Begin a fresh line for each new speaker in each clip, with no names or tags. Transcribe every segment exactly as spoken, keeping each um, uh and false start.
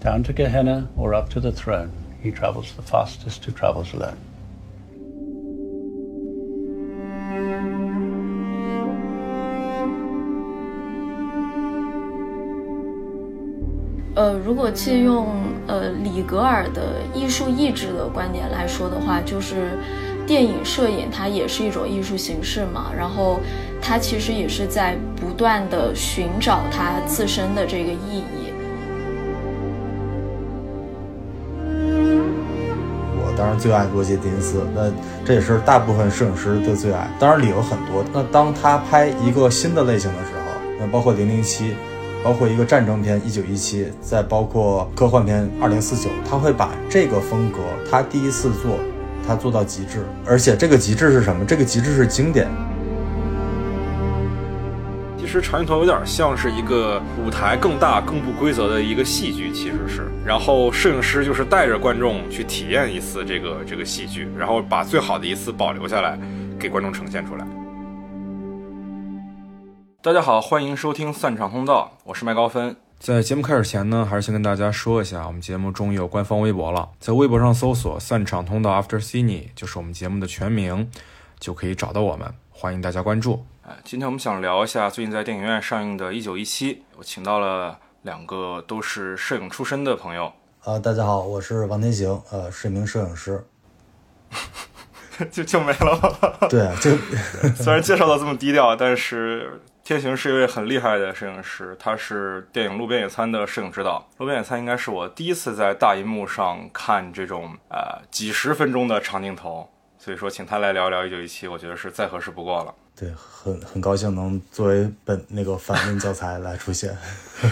Down to Gehenna or up to the throne, he travels the fastest who travels alone.
呃，如果借用呃里格尔的艺术意志的观点来说的话，就是电影摄影它也是一种艺术形式嘛，然后它其实也是在不断的寻找它自身的这个意义。
我当然最爱罗杰·狄金斯，那这也是大部分摄影师的最爱，当然理由很多。那当他拍一个新的类型的时候，那包括零零七，包括一个战争片一九一七，再包括科幻片二零四九，他会把这个风格他第一次做他做到极致，而且这个极致是什么？这个极致是经典。
其实长镜头有点像是一个舞台更大更不规则的一个戏剧，其实是，然后摄影师就是带着观众去体验一次这个这个戏剧，然后把最好的一次保留下来给观众呈现出来。大家好，欢迎收听散场通道，我是麦高芬。在节目开始前呢，还是先跟大家说一下，我们节目终于有官方微博了，在微博上搜索散场通道 After Cine 就是我们节目的全名，就可以找到我们，欢迎大家关注。今天我们想聊一下最近在电影院上映的一九一七，我请到了两个都是摄影出身的朋友。
呃，大家好，我是王天行，呃，是一名摄影师。
就就没了吗？
对，就
虽然介绍的这么低调，但是天行是一位很厉害的摄影师，他是电影《路边野餐》的摄影指导。《路边野餐》应该是我第一次在大荧幕上看这种呃几十分钟的长镜头，所以说请他来聊聊一九一七，我觉得是再合适不过了。
对，很很高兴能作为本那个反面教材来出现。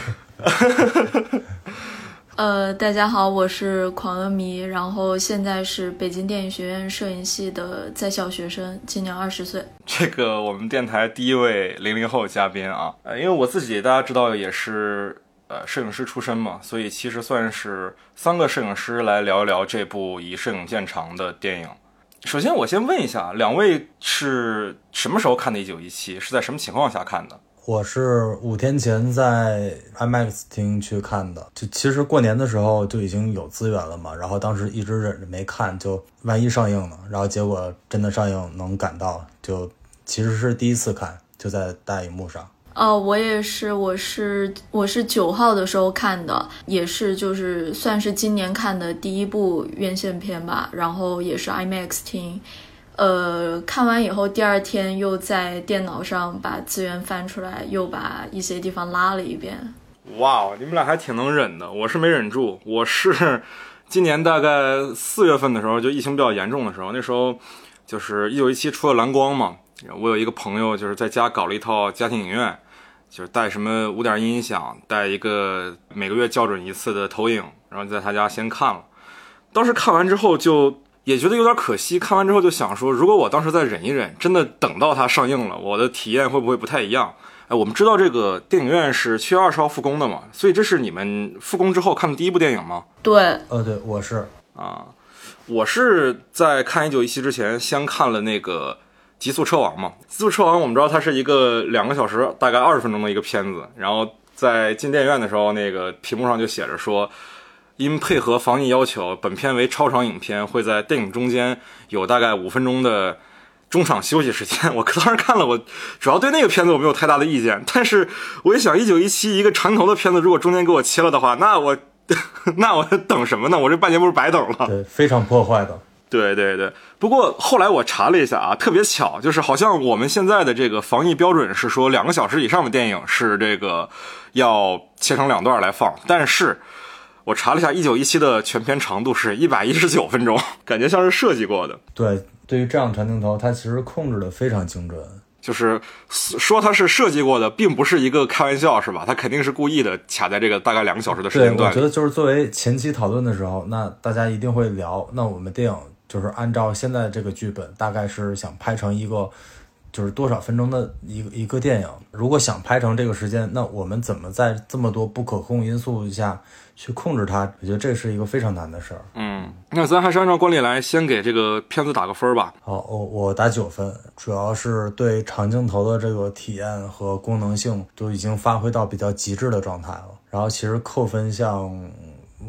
呃，大家好，我是狂恶迷，然后现在是北京电影学院摄影系的在校学生，今年二十岁。
这个我们电台第一位零零后嘉宾啊，呃，因为我自己大家知道也是呃摄影师出身嘛，所以其实算是三个摄影师来聊一聊这部以摄影见长的电影。首先我先问一下，两位是什么时候看的一九一七？是在什么情况下看的？
我是五天前在 I M A X 厅去看的，就其实过年的时候就已经有资源了嘛，然后当时一直忍着没看，就万一上映呢，然后结果真的上映能赶到，就其实是第一次看，就在大荧幕上。
哦，我也是，我是我是九号的时候看的，也是就是算是今年看的第一部院线片吧，然后也是 I M A X 厅。呃，看完以后第二天又在电脑上把资源翻出来，又把一些地方拉了一遍。
哇，你们俩还挺能忍的，我是没忍住。我是今年大概四月份的时候，就疫情比较严重的时候，那时候就是一九一七出了蓝光嘛，我有一个朋友就是在家搞了一套家庭影院，就是带什么五点一音响，带一个每个月校准一次的投影，然后在他家先看了。当时看完之后就也觉得有点可惜，看完之后就想说，如果我当时再忍一忍，真的等到它上映了，我的体验会不会不太一样？哎，我们知道这个电影院是七月二十号复工的嘛，所以这是你们复工之后看的第一部电影吗？
对，
呃，对，我是
啊，我是在看一九一七之前先看了那个极速车王嘛。极速车王我们知道它是一个两个小时大概二十分钟的一个片子，然后在进电影院的时候，那个屏幕上就写着说，因配合防疫要求，本片为超长影片，会在电影中间有大概五分钟的中场休息时间。我当时看了，我主要对那个片子我没有太大的意见，但是我一想一九一七一个长头的片子，如果中间给我切了的话，那我那我等什么呢？我这半年不是白等了？
对，非常破坏的。
对对对，不过后来我查了一下啊，特别巧，就是好像我们现在的这个防疫标准是说两个小时以上的电影是这个要切成两段来放，但是我查了一下一九一七的全片长度是一百一十九分钟，感觉像是设计过的。
对，对于这样的长镜头，它其实控制的非常精准。
就是说它是设计过的，并不是一个开玩笑，是吧？它肯定是故意的卡在这个大概两个小时的时间段。
对，我觉得就是作为前期讨论的时候，那大家一定会聊，那我们电影就是按照现在这个剧本，大概是想拍成一个就是多少分钟的一个一个电影。如果想拍成这个时间，那我们怎么在这么多不可控因素下去控制它？我觉得这是一个非常难的事儿。
嗯，那咱还是按照惯例来，先给这个片子打个分吧。
好，我我打九分，主要是对长镜头的这个体验和功能性都已经发挥到比较极致的状态了。然后其实扣分项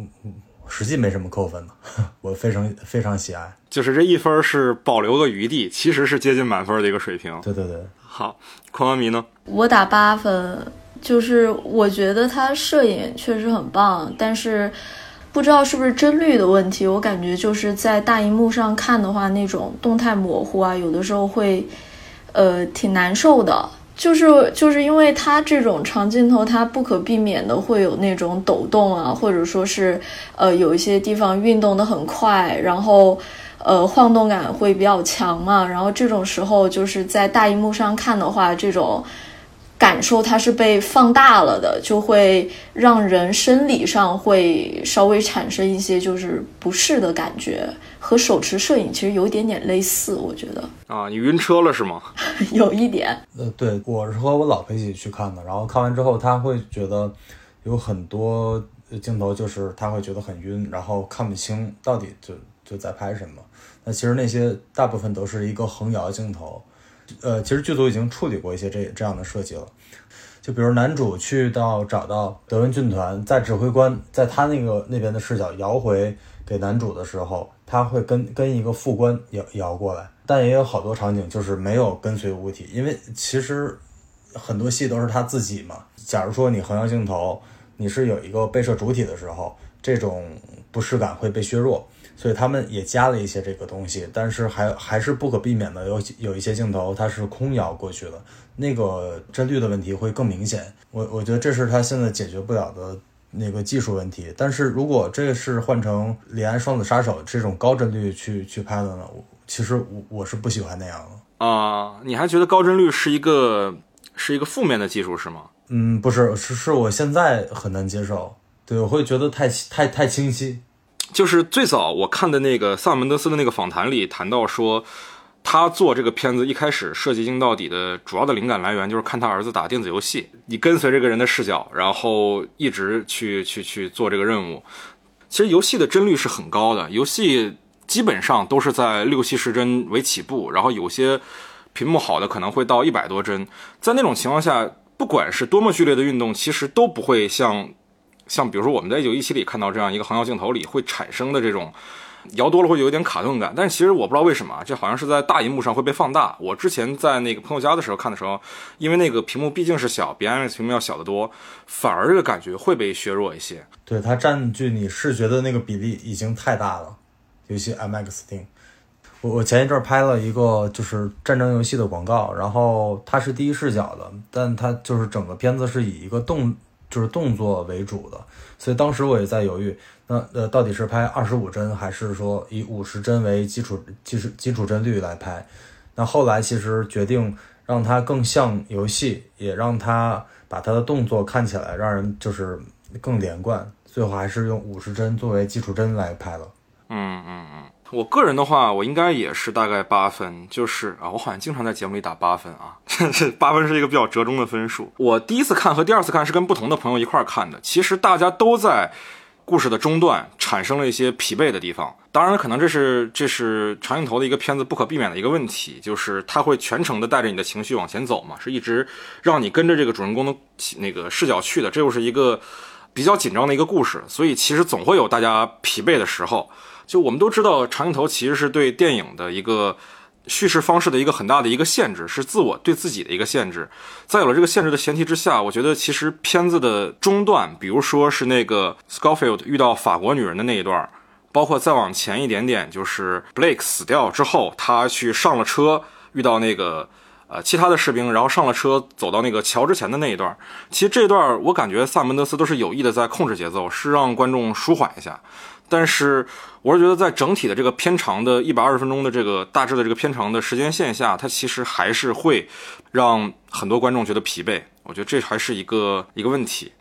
实际没什么扣分的，我非常非常喜爱。
就是这一分是保留个余地，其实是接近满分的一个水平。
对对对。
好，匡文迷呢？
我打八分，就是我觉得他摄影确实很棒，但是不知道是不是帧率的问题，我感觉就是在大荧幕上看的话，那种动态模糊啊，有的时候会呃挺难受的。就是就是因为它这种长镜头，它不可避免的会有那种抖动啊，或者说是呃有一些地方运动的很快，然后呃晃动感会比较强嘛。然后这种时候就是在大荧幕上看的话，这种感受它是被放大了的，就会让人生理上会稍微产生一些就是不适的感觉，和手持摄影其实有一点点类似，我觉得。
啊，你晕车了是吗？
有一点。
呃，对，我是和我老婆一起去看的，然后看完之后，她会觉得有很多镜头就是她会觉得很晕，然后看不清到底就就在拍什么。那其实那些大部分都是一个横摇镜头。呃，其实剧组已经处理过一些这这样的设计了，就比如男主去到找到德文军团，在指挥官在他那个那边的视角摇回给男主的时候，他会跟跟一个副官摇摇过来，但也有好多场景就是没有跟随物体，因为其实很多戏都是他自己嘛。假如说你横摇镜头，你是有一个被摄主体的时候，这种不适感会被削弱。所以他们也加了一些这个东西，但是还还是不可避免的有有一些镜头它是空摇过去的，那个帧率的问题会更明显。我我觉得这是他现在解决不了的那个技术问题。但是如果这是换成《李安双子杀手》这种高帧率去去拍的呢，其实我我是不喜欢那样的。
啊、呃，你还觉得高帧率是一个是一个负面的技术是吗？
嗯，不是，是是我现在很难接受。对，我会觉得太太太清晰。
就是最早我看的那个萨门德斯的那个访谈里谈到说，他做这个片子一开始设计精到底的主要的灵感来源就是看他儿子打电子游戏，你跟随这个人的视角，然后一直去去去做这个任务。其实游戏的帧率是很高的，游戏基本上都是在六七十帧为起步，然后有些屏幕好的可能会到一百多帧。在那种情况下，不管是多么剧烈的运动，其实都不会像像比如说我们在一九一七里看到这样一个横摇镜头里会产生的这种摇多了会有一点卡顿感。但是其实我不知道为什么这好像是在大荧幕上会被放大。我之前在那个朋友家的时候看的时候，因为那个屏幕毕竟是小，比 IMAX 屏幕要小得多，反而这个感觉会被削弱一些。
对，它占据你视觉的那个比例已经太大了，尤其 IMAX 厅。我我前一阵拍了一个就是战争游戏的广告，然后它是第一视角的，但它就是整个片子是以一个动就是动作为主的，所以当时我也在犹豫，那呃到底是拍二十五帧还是说以五十帧为基础基础基础帧率来拍？那后来其实决定让它更像游戏，也让它把它的动作看起来让人就是更连贯，最后还是用五十帧作为基础帧来拍了。
嗯嗯嗯。我个人的话，我应该也是大概八分，就是啊，我好像经常在节目里打八分啊，这八分是一个比较折中的分数。我第一次看和第二次看是跟不同的朋友一块看的，其实大家都在故事的中段产生了一些疲惫的地方。当然，可能这是这是长镜头的一个片子不可避免的一个问题，就是它会全程的带着你的情绪往前走嘛，是一直让你跟着这个主人公的那个视角去的，这又是一个比较紧张的一个故事，所以其实总会有大家疲惫的时候。就我们都知道长镜头其实是对电影的一个叙事方式的一个很大的一个限制，是自我对自己的一个限制。在有了这个限制的前提之下，我觉得其实片子的中段，比如说是那个 Scofield 遇到法国女人的那一段，包括再往前一点点，就是 Blake 死掉之后，他去上了车遇到那个呃其他的士兵，然后上了车走到那个桥之前的那一段，其实这段我感觉萨门德斯都是有意的在控制节奏，是让观众舒缓一下。但是我是觉得在整体的这个偏长的一百二十分钟的这个大致的这个偏长的时间线下，它其实还是会让很多观众觉得疲惫，我觉得这还是一个一个问题。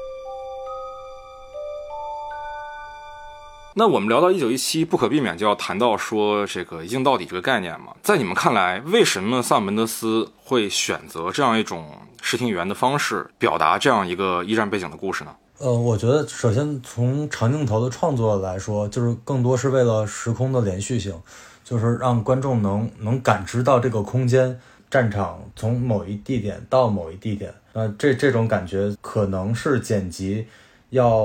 那我们聊到一九一七，不可避免就要谈到说这个一镜到底这个概念嘛。在你们看来，为什么萨门德斯会选择这样一种视听语言的方式表达这样一个一战背景的故事呢？
呃，我觉得首先从长镜头的创作来说，就是更多是为了时空的连续性，就是让观众能能感知到这个空间战场从某一地点到某一地点。呃，这这种感觉可能是剪辑要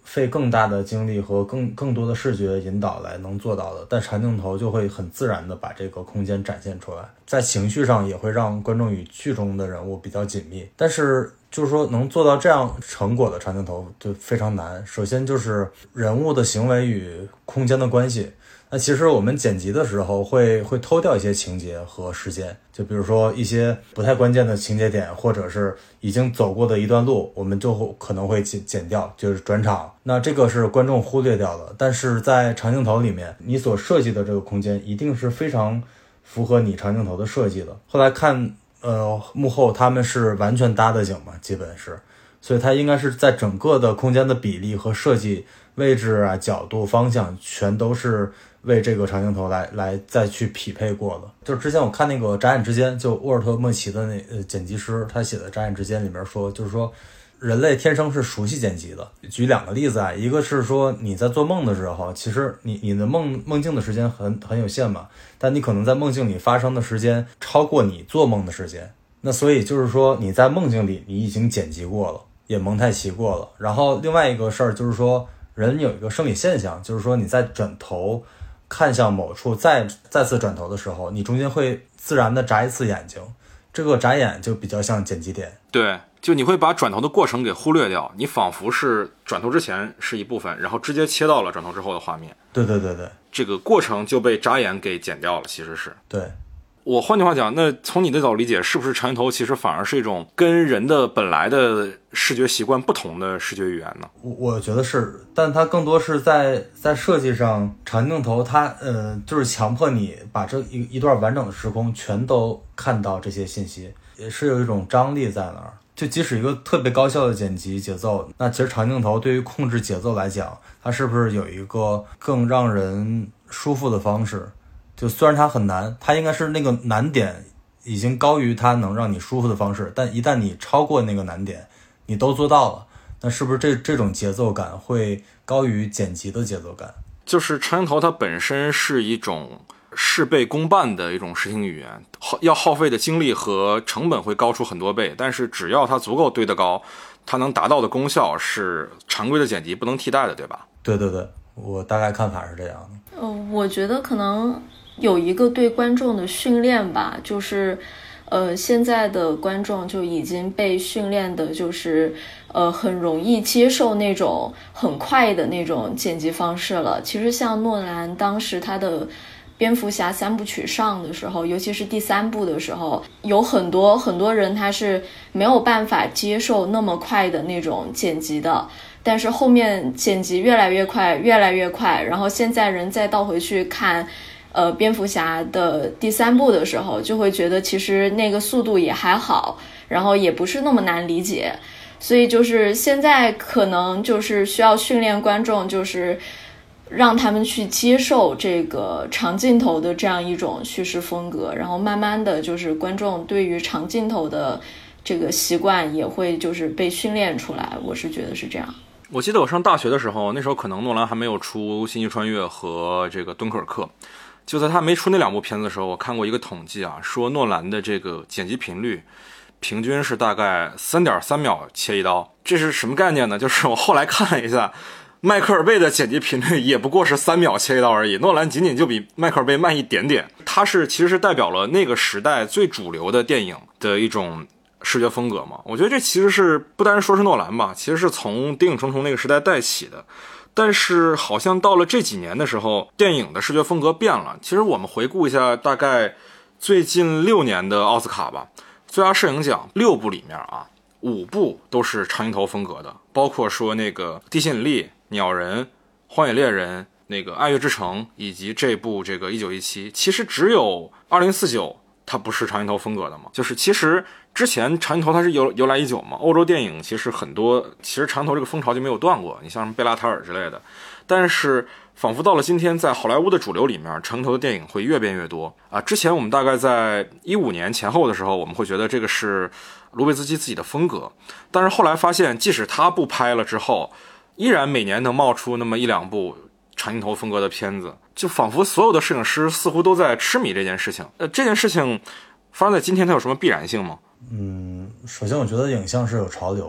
费更大的精力和更更多的视觉引导来能做到的，但长镜头就会很自然的把这个空间展现出来，在情绪上也会让观众与剧中的人物比较紧密。但是就是说能做到这样成果的长镜头就非常难。首先就是人物的行为与空间的关系，那其实我们剪辑的时候会会偷掉一些情节和时间，就比如说一些不太关键的情节点，或者是已经走过的一段路，我们就可能会剪剪掉，就是转场。那这个是观众忽略掉的，但是在长镜头里面，你所设计的这个空间一定是非常符合你长镜头的设计的。后来看呃幕后他们是完全搭的景嘛，基本是，所以它应该是在整个的空间的比例和设计位置啊、角度、方向全都是为这个长镜头来来再去匹配过的。就之前我看那个眨眼之间，就沃尔特莫奇的那呃剪辑师他写的眨眼之间里面说，就是说人类天生是熟悉剪辑的。举两个例子啊，一个是说你在做梦的时候，其实你你的梦梦境的时间很很有限嘛，但你可能在梦境里发生的时间超过你做梦的时间，那所以就是说你在梦境里你已经剪辑过了，也蒙太奇过了。然后另外一个事儿就是说人有一个生理现象，就是说你在转头看向某处再再次转头的时候，你中间会自然的眨一次眼睛，这个眨眼就比较像剪辑点。
对，就你会把转头的过程给忽略掉，你仿佛是转头之前是一部分，然后直接切到了转头之后的画面。
对对对对，
这个过程就被眨眼给剪掉了，其实是。
对。
我换句话讲，那从你的角度理解，是不是长镜头其实反而是一种跟人的本来的视觉习惯不同的视觉语言呢？
我我觉得是，但它更多是在在设计上，长镜头它呃就是强迫你把这一一段完整的时空全都看到这些信息，也是有一种张力在那儿。就即使一个特别高效的剪辑节奏，那其实长镜头对于控制节奏来讲，它是不是有一个更让人舒服的方式？就虽然它很难，它应该是那个难点已经高于它能让你舒服的方式，但一旦你超过那个难点，你都做到了，那是不是这这种节奏感会高于剪辑的节奏感？
就是长镜头它本身是一种事倍功半的一种视听语言，要耗费的精力和成本会高出很多倍，但是只要它足够堆得高，它能达到的功效是常规的剪辑不能替代的，对吧？
对对对，我大概看法是这样的。
呃，我觉得可能有一个对观众的训练吧，就是呃，现在的观众就已经被训练的就是呃，很容易接受那种很快的那种剪辑方式了。其实像诺兰当时他的蝙蝠侠三部曲上的时候，尤其是第三部的时候，有很多很多人他是没有办法接受那么快的那种剪辑的，但是后面剪辑越来越快越来越快，然后现在人再倒回去看呃，蝙蝠侠的第三部的时候，就会觉得其实那个速度也还好，然后也不是那么难理解。所以就是现在可能就是需要训练观众，就是让他们去接受这个长镜头的这样一种叙事风格，然后慢慢的就是观众对于长镜头的这个习惯也会就是被训练出来，我是觉得是这样。
我记得我上大学的时候，那时候可能诺兰还没有出《星际穿越》和这个《敦刻尔克》，就在他没出那两部片子的时候，我看过一个统计啊，说诺兰的这个剪辑频率平均是大概 三点三秒切一刀。这是什么概念呢？就是我后来看了一下，迈克尔贝的剪辑频率也不过是三秒切一刀而已，诺兰仅仅就比迈克尔贝慢一点点。他是其实是代表了那个时代最主流的电影的一种视觉风格嘛。我觉得这其实是不单说是诺兰吧，其实是从《谍影重重》那个时代带起的。但是好像到了这几年的时候，电影的视觉风格变了。其实我们回顾一下大概最近六年的奥斯卡吧，最佳摄影奖六部里面啊，五部都是长镜头风格的，包括说那个地心引力、鸟人、荒野猎人、那个爱乐之城以及这部这个一九一七，其实只有二零四九它不是长镜头风格的嘛。就是其实之前长镜头它是由由来已久嘛，欧洲电影其实很多其实长镜头这个风潮就没有断过，你像什么贝拉塔尔之类的。但是仿佛到了今天，在好莱坞的主流里面，长镜头的电影会越变越多啊。之前我们大概在一五年前后的时候，我们会觉得这个是卢贝兹基自己的风格，但是后来发现，即使他不拍了之后，依然每年能冒出那么一两部长镜头风格的片子，就仿佛所有的摄影师似乎都在痴迷这件事情。呃，这件事情发生在今天，它有什么必然性吗？
嗯，首先我觉得影像是有潮流的，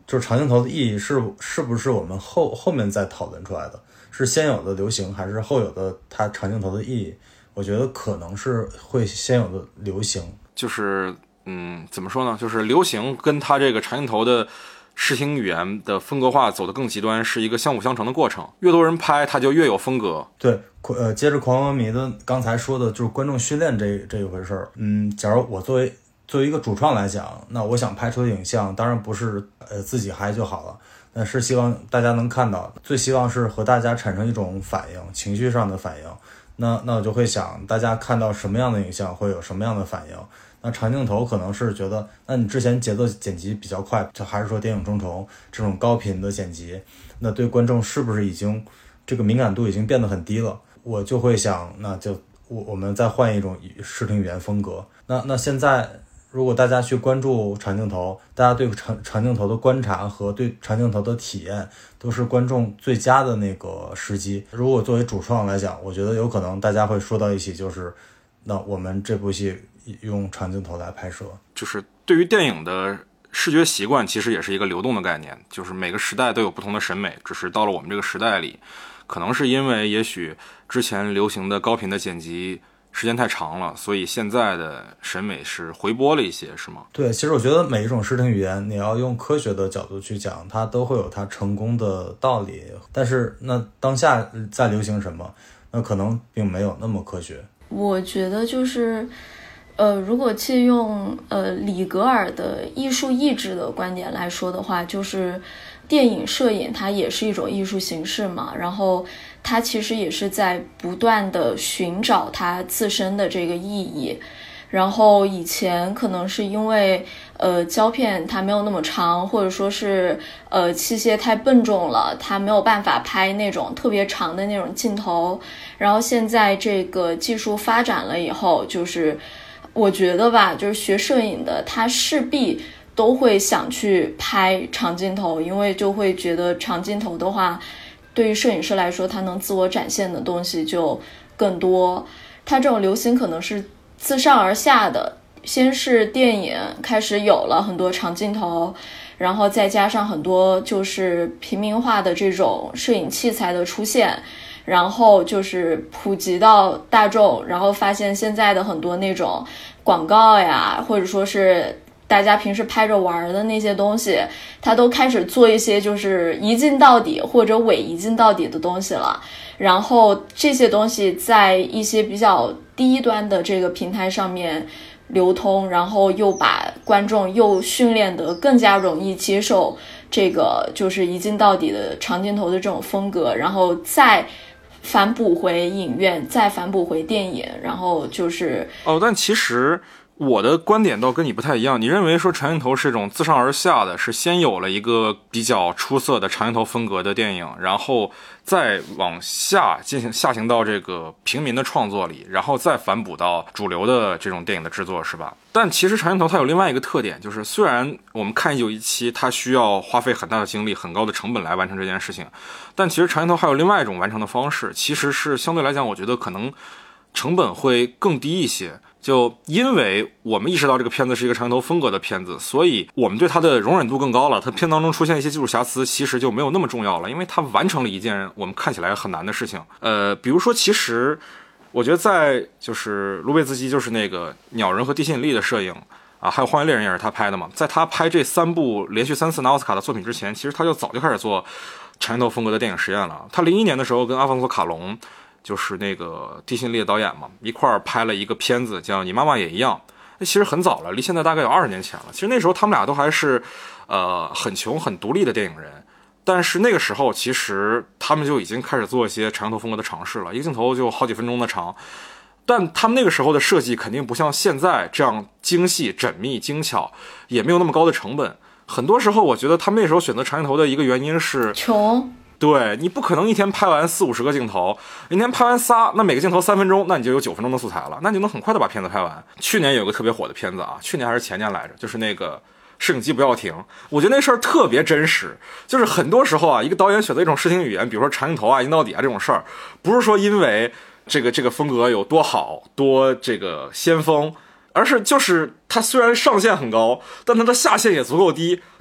就是长镜头的意义是是不是我们后后面再讨论出来的，是先有的流行还是后有的它长镜头的意义？我觉得可能是会先有的流行，
就是嗯，怎么说呢？就是流行跟它这个长镜头的视听语言的风格化走得更极端，是一个相辅相成的过程。越多人拍，它就越有风格。
对，呃，接着狂魔迷的刚才说的就是观众训练这这一回事儿。嗯，假如我作为作为一个主创来讲，那我想拍出的影像，当然不是呃自己嗨就好了，那是希望大家能看到，最希望是和大家产生一种反应，情绪上的反应。那那我就会想，大家看到什么样的影像会有什么样的反应。那长镜头可能是觉得，那你之前节奏剪辑比较快，就还是说电影中虫这种高频的剪辑，那对观众是不是已经这个敏感度已经变得很低了？我就会想，那就我我们再换一种视听语言风格。那那现在如果大家去关注长镜头，大家对长长镜头的观察和对长镜头的体验都是观众最佳的那个时机。如果作为主创来讲，我觉得有可能大家会说到一起，就是那我们这部戏用长镜头来拍摄。
就是对于电影的视觉习惯其实也是一个流动的概念，就是每个时代都有不同的审美，只是到了我们这个时代里，可能是因为也许之前流行的高频的剪辑时间太长了，所以现在的审美是回波了一些，是吗？
对，其实我觉得每一种视听语言，你要用科学的角度去讲，它都会有它成功的道理。但是那当下在流行什么，那可能并没有那么科学。
我觉得就是呃，如果借用呃里格尔的艺术意志的观点来说的话，就是电影摄影它也是一种艺术形式嘛，然后它其实也是在不断的寻找它自身的这个意义。然后以前可能是因为呃胶片它没有那么长，或者说是呃器械太笨重了，它没有办法拍那种特别长的那种镜头。然后现在这个技术发展了以后，就是我觉得吧，就是学摄影的他势必都会想去拍长镜头，因为就会觉得长镜头的话，对于摄影师来说，他能自我展现的东西就更多。他这种流行可能是自上而下的，先是电影开始有了很多长镜头，然后再加上很多就是平民化的这种摄影器材的出现，然后就是普及到大众，然后发现现在的很多那种广告呀，或者说是大家平时拍着玩的那些东西，它都开始做一些就是一镜到底或者伪一镜到底的东西了。然后这些东西在一些比较低端的这个平台上面流通，然后又把观众又训练得更加容易接受这个就是一镜到底的长镜头的这种风格，然后再反哺回影院，再反哺回电影，然后就是
哦，但其实我的观点倒跟你不太一样。你认为说长镜头是一种自上而下的，是先有了一个比较出色的长镜头风格的电影，然后再往下进行下行到这个平民的创作里，然后再反哺到主流的这种电影的制作，是吧？但其实长镜头它有另外一个特点，就是虽然我们看一九一七它需要花费很大的精力很高的成本来完成这件事情，但其实长镜头还有另外一种完成的方式，其实是相对来讲我觉得可能成本会更低一些。就因为我们意识到这个片子是一个长镜头风格的片子，所以我们对它的容忍度更高了，它片当中出现一些技术瑕疵其实就没有那么重要了，因为它完成了一件我们看起来很难的事情。呃，比如说其实我觉得在就是卢贝兹基，就是那个鸟人和地心引力的摄影啊，还有荒野猎人也是他拍的嘛，在他拍这三部连续三次拿奥斯卡的作品之前，其实他就早就开始做长镜头风格的电影实验了。他零一年的时候跟阿方索卡隆，就是那个地心引力的导演嘛，一块儿拍了一个片子叫《你妈妈也一样》，那其实很早了，离现在大概有二十年前了。其实那时候他们俩都还是呃很穷很独立的电影人，但是那个时候其实他们就已经开始做一些长镜头风格的尝试了，一个镜头就好几分钟的长，但他们那个时候的设计肯定不像现在这样精细缜密精巧，也没有那么高的成本。很多时候我觉得他们那时候选择长镜头的一个原因是
穷，
对，你不可能一天拍完四五十个镜头，一天拍完仨，那每个镜头三分钟，那你就有九分钟的素材了，那你就能很快的把片子拍完。去年有个特别火的片子啊，去年还是前年来着，就是那个摄影机不要停。我觉得那事儿特别真实，就是很多时候啊，一个导演选择一种视听语言，比如说长镜头啊、引导底啊这种事儿，不是说因为这个这个风格有多好、多这个先锋，而是就是它虽然上限很高，但它的下限也足够低。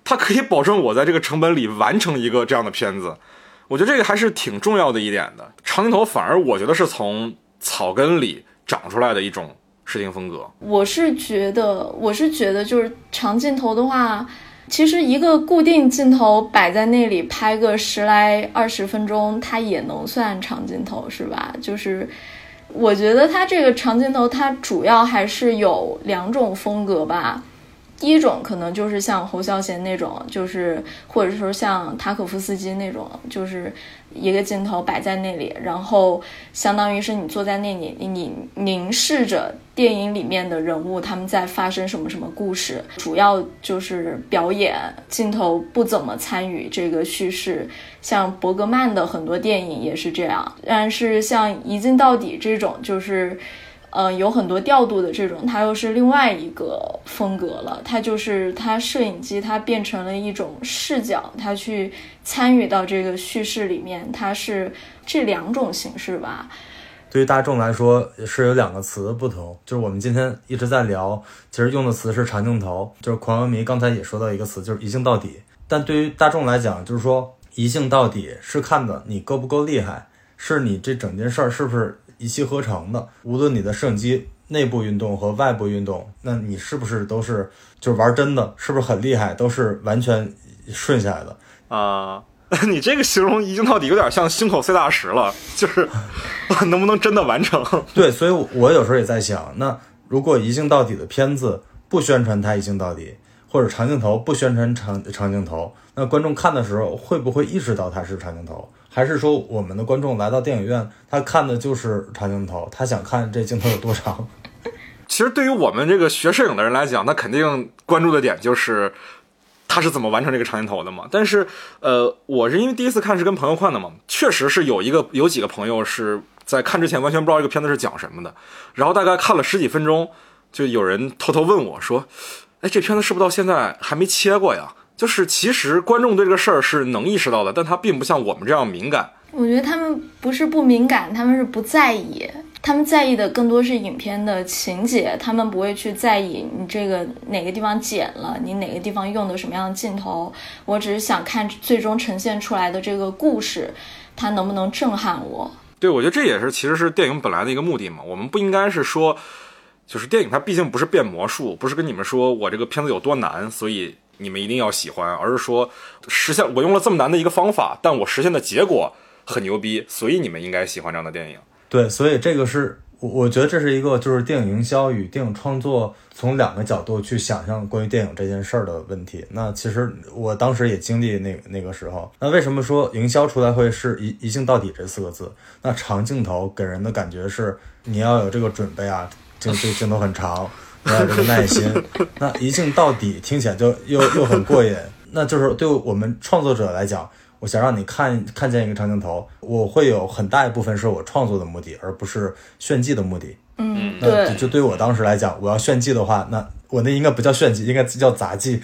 它可以保证我在这个成本里完成一个这样的片子。我觉得这个还是挺重要的一点的。长镜头反而我觉得是从草根里长出来的一种视听风格。
我是觉得，我是觉得就是长镜头的话，其实一个固定镜头摆在那里拍个十来二十分钟，它也能算长镜头，是吧？就是我觉得它这个长镜头，它主要还是有两种风格吧。第一种可能就是像侯孝贤那种，就是或者说像塔可夫斯基那种，就是一个镜头摆在那里，然后相当于是你坐在那里，你凝视着电影里面的人物他们在发生什么什么故事，主要就是表演，镜头不怎么参与这个叙事。像伯格曼的很多电影也是这样，但是像一镜到底这种就是呃，有很多调度的这种，它又是另外一个风格了。它就是它摄影机，它变成了一种视角，它去参与到这个叙事里面，它是这两种形式吧。
对于大众来说是有两个词的不同，就是我们今天一直在聊，其实用的词是长镜头，就是狂文迷刚才也说到一个词，就是一镜到底。但对于大众来讲，就是说一镜到底是看的你够不够厉害，是你这整件事儿是不是一气呵成的，无论你的摄影机内部运动和外部运动，那你是不是都是就是玩真的，是不是很厉害，都是完全顺下来的
啊、呃？你这个形容一镜到底有点像星口碎大石了，就是能不能真的完成？
对，所以我有时候也在想，那如果一镜到底的片子不宣传它一镜到底，或者长镜头不宣传长长镜头，那观众看的时候会不会意识到它是长镜头？还是说我们的观众来到电影院，他看的就是长镜头，他想看这镜头有多长？
其实对于我们这个学摄影的人来讲，他肯定关注的点就是他是怎么完成这个长镜头的嘛。但是呃，我是因为第一次看是跟朋友看的嘛，确实是有一个有几个朋友是在看之前完全不知道这个片子是讲什么的，然后大概看了十几分钟，就有人偷偷问我说，哎，这片子是不是到现在还没切过呀？就是其实观众对这个事儿是能意识到的，但他并不像我们这样敏感。
我觉得他们不是不敏感，他们是不在意，他们在意的更多是影片的情节，他们不会去在意你这个哪个地方剪了，你哪个地方用的什么样的镜头。我只是想看最终呈现出来的这个故事，它能不能震撼我。
对，我觉得这也是其实是电影本来的一个目的嘛。我们不应该是说，就是电影它毕竟不是变魔术，不是跟你们说我这个片子有多难，所以你们一定要喜欢，而是说实现我用了这么难的一个方法，但我实现的结果很牛逼，所以你们应该喜欢这样的电影。
对，所以这个是我我觉得这是一个就是电影营销与电影创作从两个角度去想象关于电影这件事儿的问题。那其实我当时也经历那那个时候。那为什么说营销出来会是一一镜到底这四个字？那长镜头给人的感觉是你要有这个准备啊，这这镜头很长，你要有这个耐心。那一镜到底听起来就又又很过瘾。那就是对我们创作者来讲，我想让你看看见一个长镜头，我会有很大一部分是我创作的目的，而不是炫技的目的。
嗯，
那
对，
就对我当时来讲，我要炫技的话，那我那应该不叫炫技，应该叫杂技。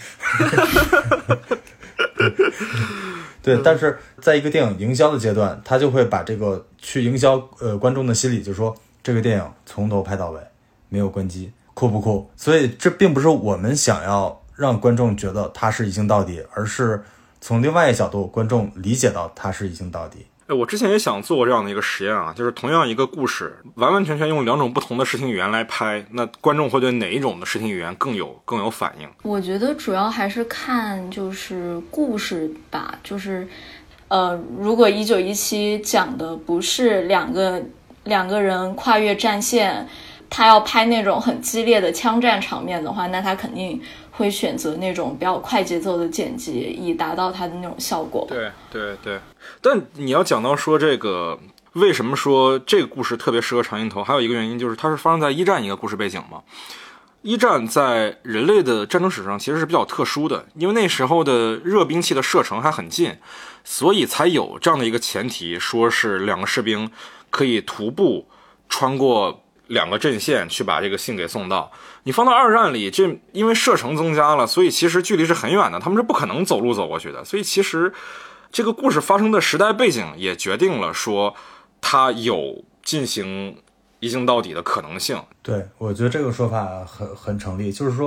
对，但是在一个电影营销的阶段，他就会把这个去营销呃观众的心理，就说这个电影从头拍到尾，没有关机，酷不酷？所以这并不是我们想要让观众觉得它是一镜到底，而是从另外一个角度，观众理解到它是一镜到底。
哎，我之前也想做过这样的一个实验啊，就是同样一个故事，完完全全用两种不同的视听语言来拍，那观众会对哪一种的视听语言更有更有反应？
我觉得主要还是看就是故事吧，就是呃，如果一九一七讲的不是两个两个人跨越战线，他要拍那种很激烈的枪战场面的话，那他肯定会选择那种比较快节奏的剪辑，以达到他的那种效果。
对对对，但你要讲到说这个为什么说这个故事特别适合长镜头，还有一个原因就是它是发生在一战一个故事背景嘛。一战在人类的战争史上其实是比较特殊的，因为那时候的热兵器的射程还很近，所以才有这样的一个前提，说是两个士兵可以徒步穿过两个阵线去把这个信给送到。你放到二战里，这因为射程增加了，所以其实距离是很远的，他们是不可能走路走过去的。所以其实这个故事发生的时代背景也决定了说它有进行一镜到底的可能性。
对，我觉得这个说法很很成立，就是说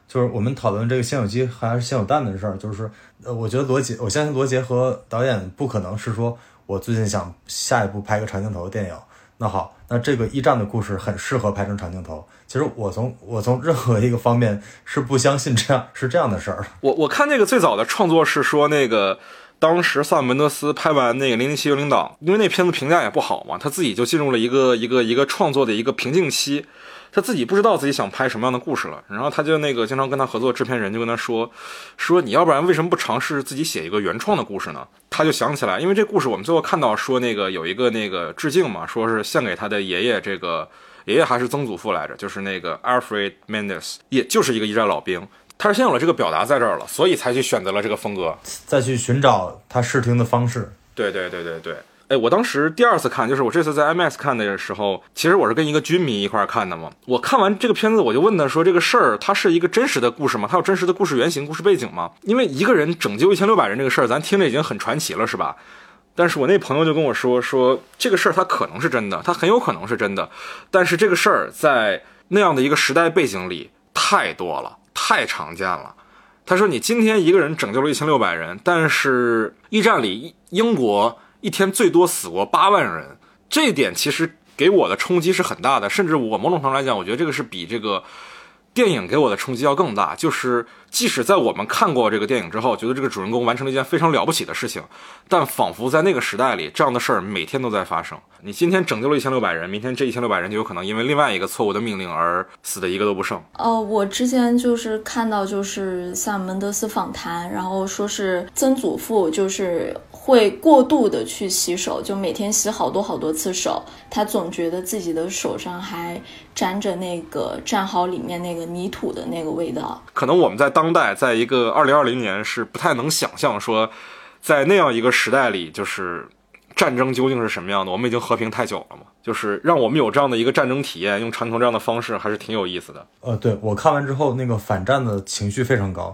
就是我们讨论这个先有鸡还是先有蛋的事儿，就是呃，我觉得罗杰，我相信罗杰和导演不可能是说我最近想下一部拍个长镜头的电影，那好，那这个一战的故事很适合拍成长镜头。其实我从我从任何一个方面是不相信这样是这样的事儿。
我我看那个最早的创作是说那个。当时萨姆门德斯拍完那个零零七幽灵党，因为那片子评价也不好嘛，他自己就进入了一个一个一个创作的一个瓶颈期，他自己不知道自己想拍什么样的故事了。然后他就那个经常跟他合作制片人就跟他说说你要不然为什么不尝试自己写一个原创的故事呢？他就想起来，因为这故事我们最后看到说那个有一个那个致敬嘛，说是献给他的爷爷，这个爷爷还是曾祖父来着，就是那个 Alfred Mendes， 也就是一个一战老兵。他是先有了这个表达在这儿了，所以才去选择了这个风格，
再去寻找他视听的方式。
对对对对对。哎，我当时第二次看，就是我这次在 IMAX 看的时候，其实我是跟一个军迷一块看的嘛。我看完这个片子，我就问他说：“这个事儿它是一个真实的故事吗？它有真实的故事原型、故事背景吗？”因为一个人拯救一千六百人这个事儿，咱听着已经很传奇了，是吧？但是我那朋友就跟我说说这个事儿它可能是真的，它很有可能是真的，但是这个事儿在那样的一个时代背景里太多了。太常见了。他说你今天一个人拯救了一千六百人，但是一战里英国一天最多死过八万人，这一点其实给我的冲击是很大的，甚至我某种程度来讲，我觉得这个是比这个电影给我的冲击要更大。就是即使在我们看过这个电影之后，觉得这个主人公完成了一件非常了不起的事情，但仿佛在那个时代里，这样的事儿每天都在发生。你今天拯救了一千六百人，明天这一千六百人就有可能因为另外一个错误的命令而死的一个都不剩。
哦，我之前就是看到就是萨姆门德斯访谈，然后说是曾祖父就是会过度的去洗手，就每天洗好多好多次手，他总觉得自己的手上还沾着那个战壕里面那个泥土的那个味道。
可能我们在当代，在一个二零二零年是不太能想象说在那样一个时代里，就是战争究竟是什么样的。我们已经和平太久了嘛，就是让我们有这样的一个战争体验，用长镜头这样的方式还是挺有意思的。
呃，对，我看完之后那个反战的情绪非常高。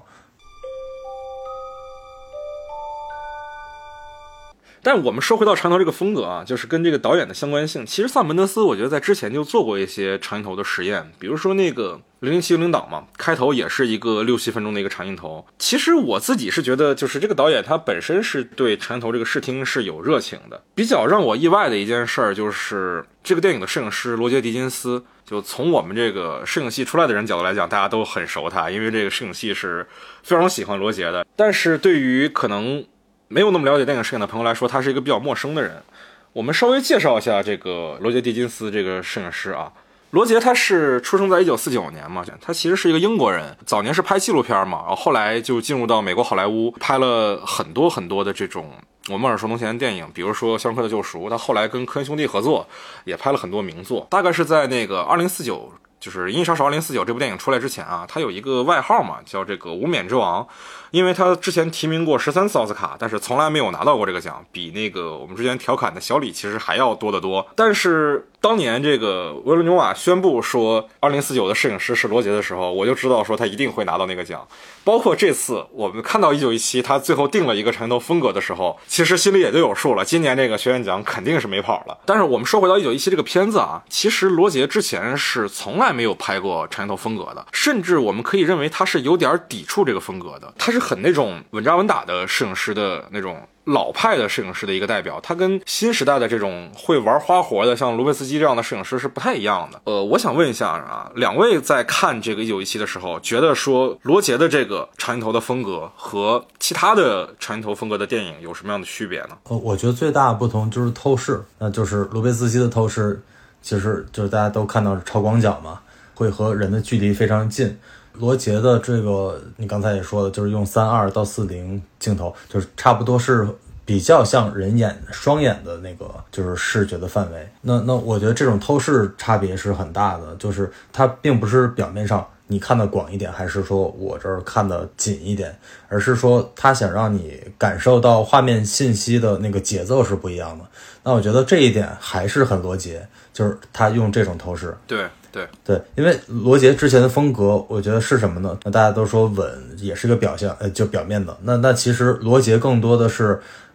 但我们说回到长镜头这个风格啊，就是跟这个导演的相关性。其实萨姆门德斯我觉得在之前就做过一些长镜头的实验，比如说那个零零七幽灵党嘛，开头也是一个六七分钟的一个长镜头。其实我自己是觉得，就是这个导演他本身是对长镜头这个视听是有热情的。比较让我意外的一件事儿就是这个电影的摄影师罗杰·狄金斯，就从我们这个摄影系出来的人角度来讲，大家都很熟他，因为这个摄影系是非常喜欢罗杰的。但是对于可能没有那么了解电影摄影的朋友来说，他是一个比较陌生的人。我们稍微介绍一下这个罗杰·狄金斯这个摄影师啊。罗杰他是出生在一九四九年嘛，他其实是一个英国人，早年是拍纪录片嘛，然后后来就进入到美国好莱坞，拍了很多很多的这种我们耳熟能详的电影，比如说《肖申克的救赎》，他后来跟科恩兄弟合作，也拍了很多名作。大概是在那个二零四九，就是《银翼杀手二零四九》这部电影出来之前啊，他有一个外号嘛，叫这个无冕之王，因为他之前提名过十三次奥斯卡，但是从来没有拿到过这个奖，比那个我们之前调侃的小李其实还要多得多。但是当年这个维伦纽瓦宣布说二零四九的摄影师是罗杰的时候，我就知道说他一定会拿到那个奖。包括这次我们看到一九一七他最后定了一个长镜头风格的时候，其实心里也就有数了，今年这个学院奖肯定是没跑了。但是我们说回到一九一七这个片子啊，其实罗杰之前是从来没有拍过长镜头风格的，甚至我们可以认为他是有点抵触这个风格的。他是很那种稳扎稳打的摄影师的那种老派的摄影师的一个代表，他跟新时代的这种会玩花活的像卢贝斯基这样的摄影师是不太一样的。呃，我想问一下啊，两位在看这个一九一七的时候，觉得说罗杰的这个长镜头的风格和其他的长镜头风格的电影有什么样的区别呢？
呃，我觉得最大的不同就是透视，那就是卢贝斯基的透视，其实就是大家都看到是超广角嘛，会和人的距离非常近。罗杰的这个你刚才也说了，就是用三二到四零镜头，就是差不多是比较像人眼双眼的那个就是视觉的范围。那那我觉得这种透视差别是很大的，就是它并不是表面上你看得广一点，还是说我这儿看得紧一点，而是说他想让你感受到画面信息的那个节奏是不一样的。那我觉得这一点还是很罗杰，就是他用这种透视。
对对
对，因为罗杰之前的风格，我觉得是什么呢？那大家都说稳也是个表象，呃，就表面的。那那其实罗杰更多的是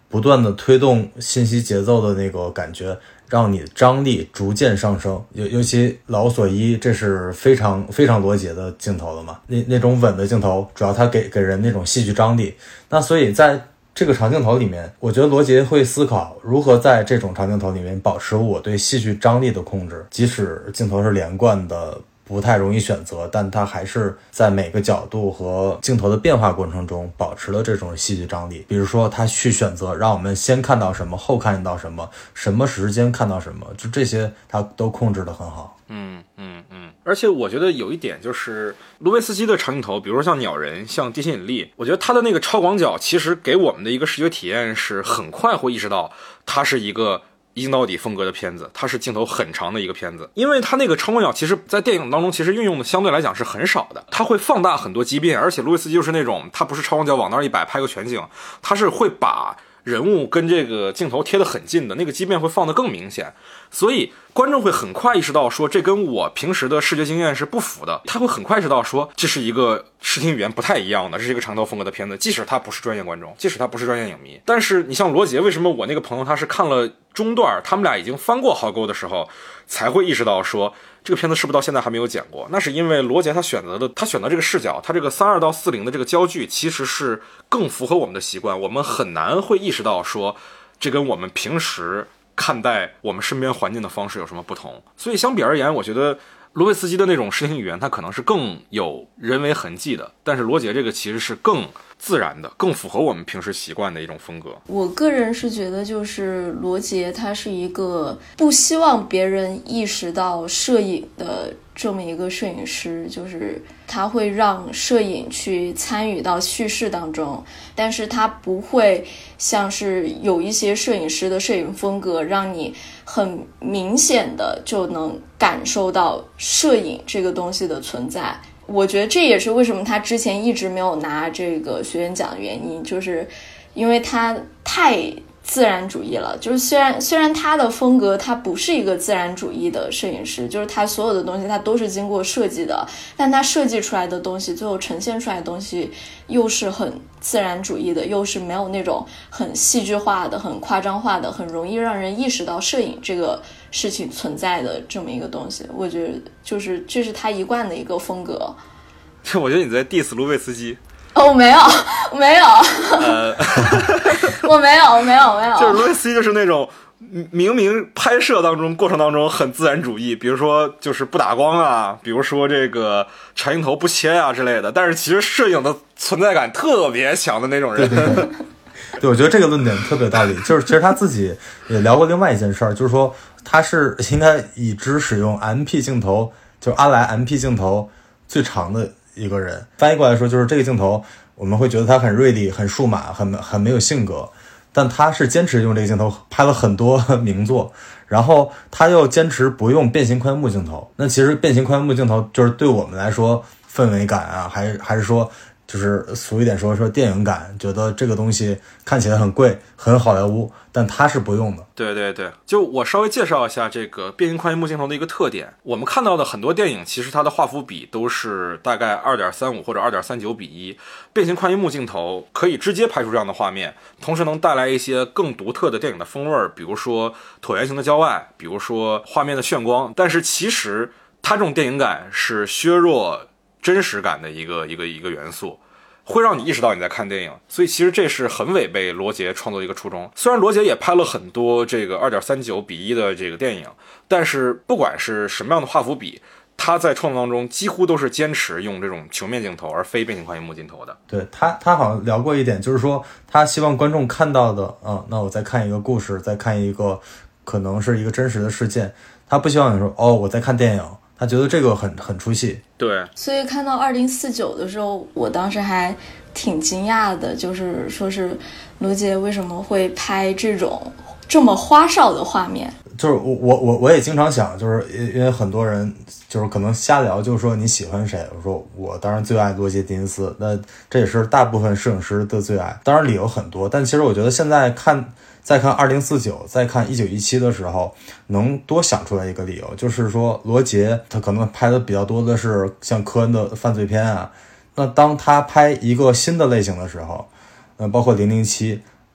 不断的推动信息节奏的那个感觉，让你张力逐渐上升。尤尤其老索伊，这是非常非常罗杰的镜头了嘛，那那种稳的镜头，主要它给给人那种戏剧张力。那所以在这个长镜头里面，我觉得罗杰会思考如何在这种长镜头里面保持我对戏剧张力的控制，即使镜头是连贯的，不太容易选择，但它还是在每个角度和镜头的变化过程中保持了这种戏剧张力。比如说他去选择让我们先看到什么，后看到什么，什么时间看到什么，就这些他都控制得很好。
嗯嗯嗯，而且我觉得有一点就是卢维斯基的长镜头，比如说像鸟人，像地心引力，我觉得他的那个超广角其实给我们的一个视觉体验是很快会意识到它是一个一镜到底风格的片子，它是镜头很长的一个片子，因为它那个超广角其实在电影当中其实运用的相对来讲是很少的，它会放大很多畸变，而且路易斯基就是那种他不是超广角往那儿一摆拍个全景，他是会把人物跟这个镜头贴得很近的，那个畸变会放得更明显，所以观众会很快意识到说这跟我平时的视觉经验是不符的，他会很快意识到说这是一个视听语言不太一样的，这是一个长刀风格的片子，即使他不是专业观众，即使他不是专业影迷。但是你像罗杰，为什么我那个朋友他是看了中段，他们俩已经翻过壕沟的时候才会意识到说这个片子是不是到现在还没有剪过？那是因为罗杰他选择的，他选择这个视角，他这个三二到四零的这个焦距其实是更符合我们的习惯，我们很难会意识到说这跟我们平时看待我们身边环境的方式有什么不同。所以相比而言，我觉得罗维斯基的那种视听语言它可能是更有人为痕迹的，但是罗杰这个其实是更自然的，更符合我们平时习惯的一种风格。
我个人是觉得就是罗杰他是一个不希望别人意识到摄影的这么一个摄影师，就是他会让摄影去参与到叙事当中，但是他不会像是有一些摄影师的摄影风格让你很明显的就能感受到摄影这个东西的存在。我觉得这也是为什么他之前一直没有拿这个学院奖的原因，就是因为他太自然主义了。就是虽然虽然他的风格他不是一个自然主义的摄影师，就是他所有的东西他都是经过设计的，但他设计出来的东西最后呈现出来的东西又是很自然主义的，又是没有那种很戏剧化的很夸张化的很容易让人意识到摄影这个事情存在的这么一个东西。我觉得就是这是他一贯的一个风格。
我觉得你在 diss 卢维斯基。
哦，没有没有
呃，
我没有没有没有，
就是卢维斯基就是那种明明拍摄当中过程当中很自然主义，比如说就是不打光啊，比如说这个长镜头不切啊之类的，但是其实摄影的存在感特别强的那种人。
对对对对，我觉得这个论点特别有道理。就是其实他自己也聊过另外一件事儿，就是说他是应该已知使用 M P 镜头，就是阿莱 M P 镜头最长的一个人。翻译过来说，就是这个镜头我们会觉得它很锐利、很数码、很很没有性格，但他是坚持用这个镜头拍了很多名作，然后他又坚持不用变形宽银幕镜头。那其实变形宽银幕镜头就是对我们来说氛围感啊，还是还是说就是俗一点说说电影感，觉得这个东西看起来很贵很好莱坞，但它是不用的。
对对对，就我稍微介绍一下这个变形宽银幕镜头的一个特点。我们看到的很多电影其实它的画幅比都是大概 二点三五 或者 二点三九比一，变形宽银幕镜头可以直接拍出这样的画面，同时能带来一些更独特的电影的风味，比如说椭圆形的郊外，比如说画面的炫光。但是其实它这种电影感是削弱真实感的一个一个一个元素，会让你意识到你在看电影。所以其实这是很违背罗杰创作一个初衷。虽然罗杰也拍了很多这个 二点三九比一的这个电影，但是不管是什么样的画幅比，他在创作当中几乎都是坚持用这种球面镜头而非变形宽银幕镜头的。
对，他他好像聊过一点，就是说他希望观众看到的啊，那我再看一个故事，再看一个可能是一个真实的事件，他不希望你说哦我在看电影，他觉得这个很很出戏。
对，
所以看到二零四九的时候，我当时还挺惊讶的，就是说是罗杰为什么会拍这种这么花哨的画面。
就是我我我我也经常想，就是因为很多人就是可能瞎聊，就是说你喜欢谁，我说我当然最爱罗杰·狄金斯，那这也是大部分摄影师的最爱，当然理由很多，但其实我觉得现在看再看二零四九再看一九一七的时候，能多想出来一个理由，就是说罗杰他可能拍的比较多的是像科恩的犯罪片啊，那当他拍一个新的类型的时候，呃包括零零七，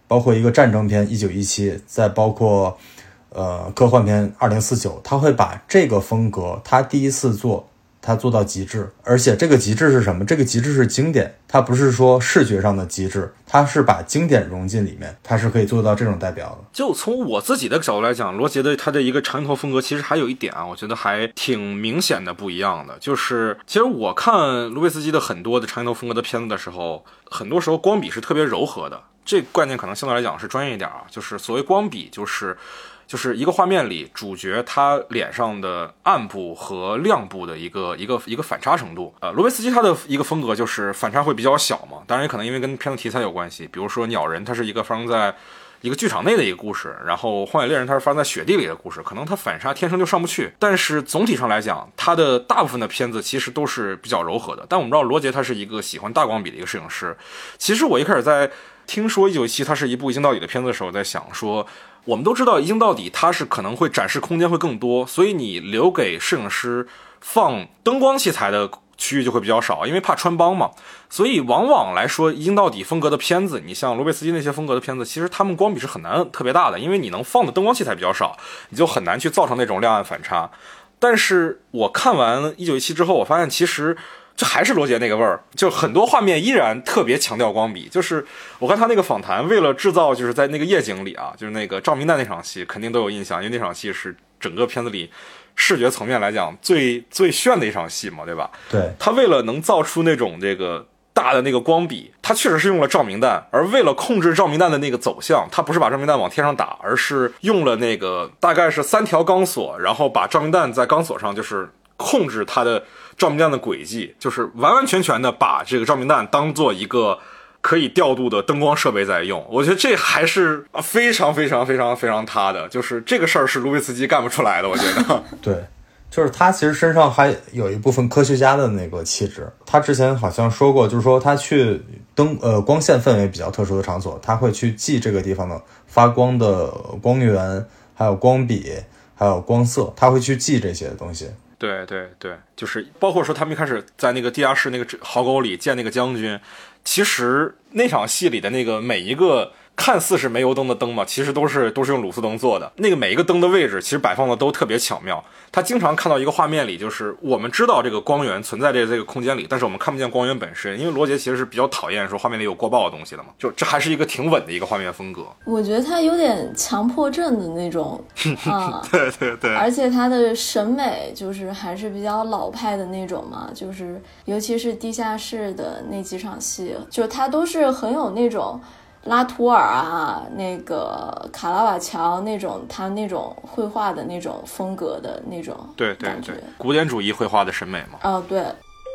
包括一个战争片一九一七，再包括呃科幻片二零四九，他会把这个风格他第一次做他做到极致。而且这个极致是什么？这个极致是经典，它不是说视觉上的极致，它是把经典融进里面，它是可以做到这种代表的。
就从我自己的角度来讲，罗杰的他的一个长镜头风格其实还有一点啊，我觉得还挺明显的不一样的，就是其实我看卢贝斯基的很多的长镜头风格的片子的时候，很多时候光比是特别柔和的，这个概念可能相对来讲是专业一点啊，就是所谓光比就是就是一个画面里主角他脸上的暗部和亮部的一个一个一个反差程度。呃，罗贝斯基他的一个风格就是反差会比较小嘛，当然也可能因为跟片子题材有关系，比如说鸟人它是一个发生在一个剧场内的一个故事，然后荒野猎人它是发生在雪地里的故事，可能它反差天生就上不去，但是总体上来讲它的大部分的片子其实都是比较柔和的。但我们知道罗杰他是一个喜欢大光比的一个摄影师，其实我一开始在听说一九一七它是一部一镜到底的片子的时候，在想说我们都知道一镜到底它是可能会展示空间会更多，所以你留给摄影师放灯光器材的区域就会比较少，因为怕穿帮嘛。所以往往来说一镜到底风格的片子，你像罗贝斯基那些风格的片子，其实他们光比是很难特别大的，因为你能放的灯光器材比较少，你就很难去造成那种亮暗反差。但是我看完一九一七之后，我发现其实这还是罗杰那个味儿，就很多画面依然特别强调光比。就是我看他那个访谈，为了制造就是在那个夜景里啊，就是那个照明弹那场戏肯定都有印象，因为那场戏是整个片子里视觉层面来讲最最炫的一场戏嘛，对吧？
对，
他为了能造出那种这个大的那个光比，他确实是用了照明弹，而为了控制照明弹的那个走向，他不是把照明弹往天上打，而是用了那个大概是三条钢索，然后把照明弹在钢索上就是控制它的照明弹的轨迹，就是完完全全的把这个照明弹当做一个可以调度的灯光设备在用。我觉得这还是非常非常非常非常他的，就是这个事儿是卢贝斯基干不出来的，我觉得。
对，就是他其实身上还有一部分科学家的那个气质。他之前好像说过，就是说他去灯呃光线氛围比较特殊的场所，他会去记这个地方的发光的光源，还有光比，还有光色，他会去记这些东西。
对对对，就是包括说他们一开始在那个地下室那个壕沟里见那个将军，其实那场戏里的那个每一个看似是煤油灯的灯嘛，其实都是都是用卤素灯做的。那个每一个灯的位置其实摆放的都特别巧妙。他经常看到一个画面里，就是我们知道这个光源存在这这个空间里，但是我们看不见光源本身，因为罗杰其实是比较讨厌说画面里有过曝的东西的嘛。就这还是一个挺稳的一个画面风格。
我觉得他有点强迫症的那种啊，
对对对，
而且他的审美就是还是比较老派的那种嘛，就是尤其是地下室的那几场戏，就他都是很有那种拉图尔啊，那个卡拉瓦乔那种他那种绘画的那种风格的那种
对对对，古典主义绘画的审美嘛。
哦，对。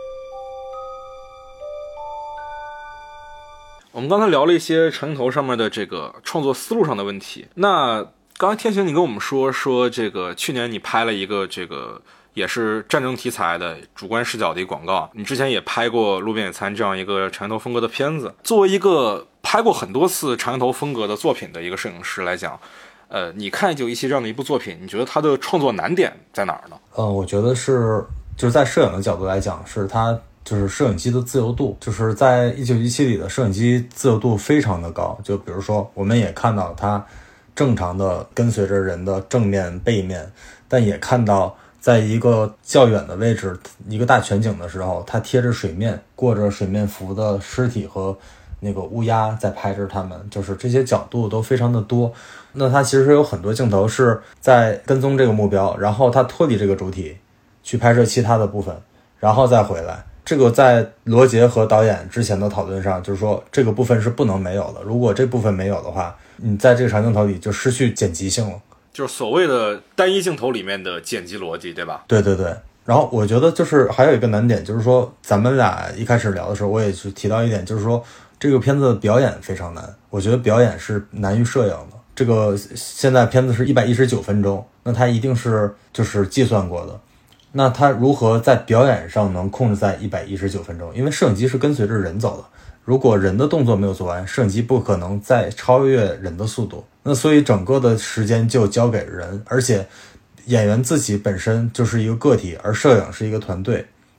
我们刚才聊了一些长镜头上面的这个创作思路上的问题。那刚才天行你跟我们说说这个去年你拍了一个这个也是战争题材的主观视角的一个广告，你之前也拍过《路边野餐》这样一个长镜头风格的片子。作为一个拍过很多次长镜头风格的作品的一个摄影师来讲，呃，你看一九一七这样的一部作品，你觉得它的创作难点在哪儿呢？
嗯，我觉得是就是在摄影的角度来讲，是它就是摄影机的自由度，就是在一九一七里的摄影机自由度非常的高。就比如说，我们也看到它正常的跟随着人的正面、背面，但也看到在一个较远的位置，一个大全景的时候，它贴着水面，过着水面浮的尸体和那个乌鸦在拍着它们，就是这些角度都非常的多。那它其实有很多镜头是在跟踪这个目标，然后它脱离这个主体去拍摄其他的部分，然后再回来。这个在罗杰和导演之前的讨论上，就是说这个部分是不能没有的，如果这部分没有的话，你在这个长镜头里就失去剪辑性了，
就是所谓的单一镜头里面的剪辑逻辑，对吧？
对对对。然后我觉得就是还有一个难点，就是说咱们俩一开始聊的时候我也是提到一点，就是说这个片子的表演非常难，我觉得表演是难于摄影的。这个现在片子是一百一十九分钟，那它一定是就是计算过的，那它如何在表演上能控制在一百一十九分钟？因为摄影机是跟随着人走的，如果人的动作没有做完，摄影机不可能再超越人的速度，那所以整个的时间就交给人，而且演员自己本身就是一个个体，而摄影是一个团队，还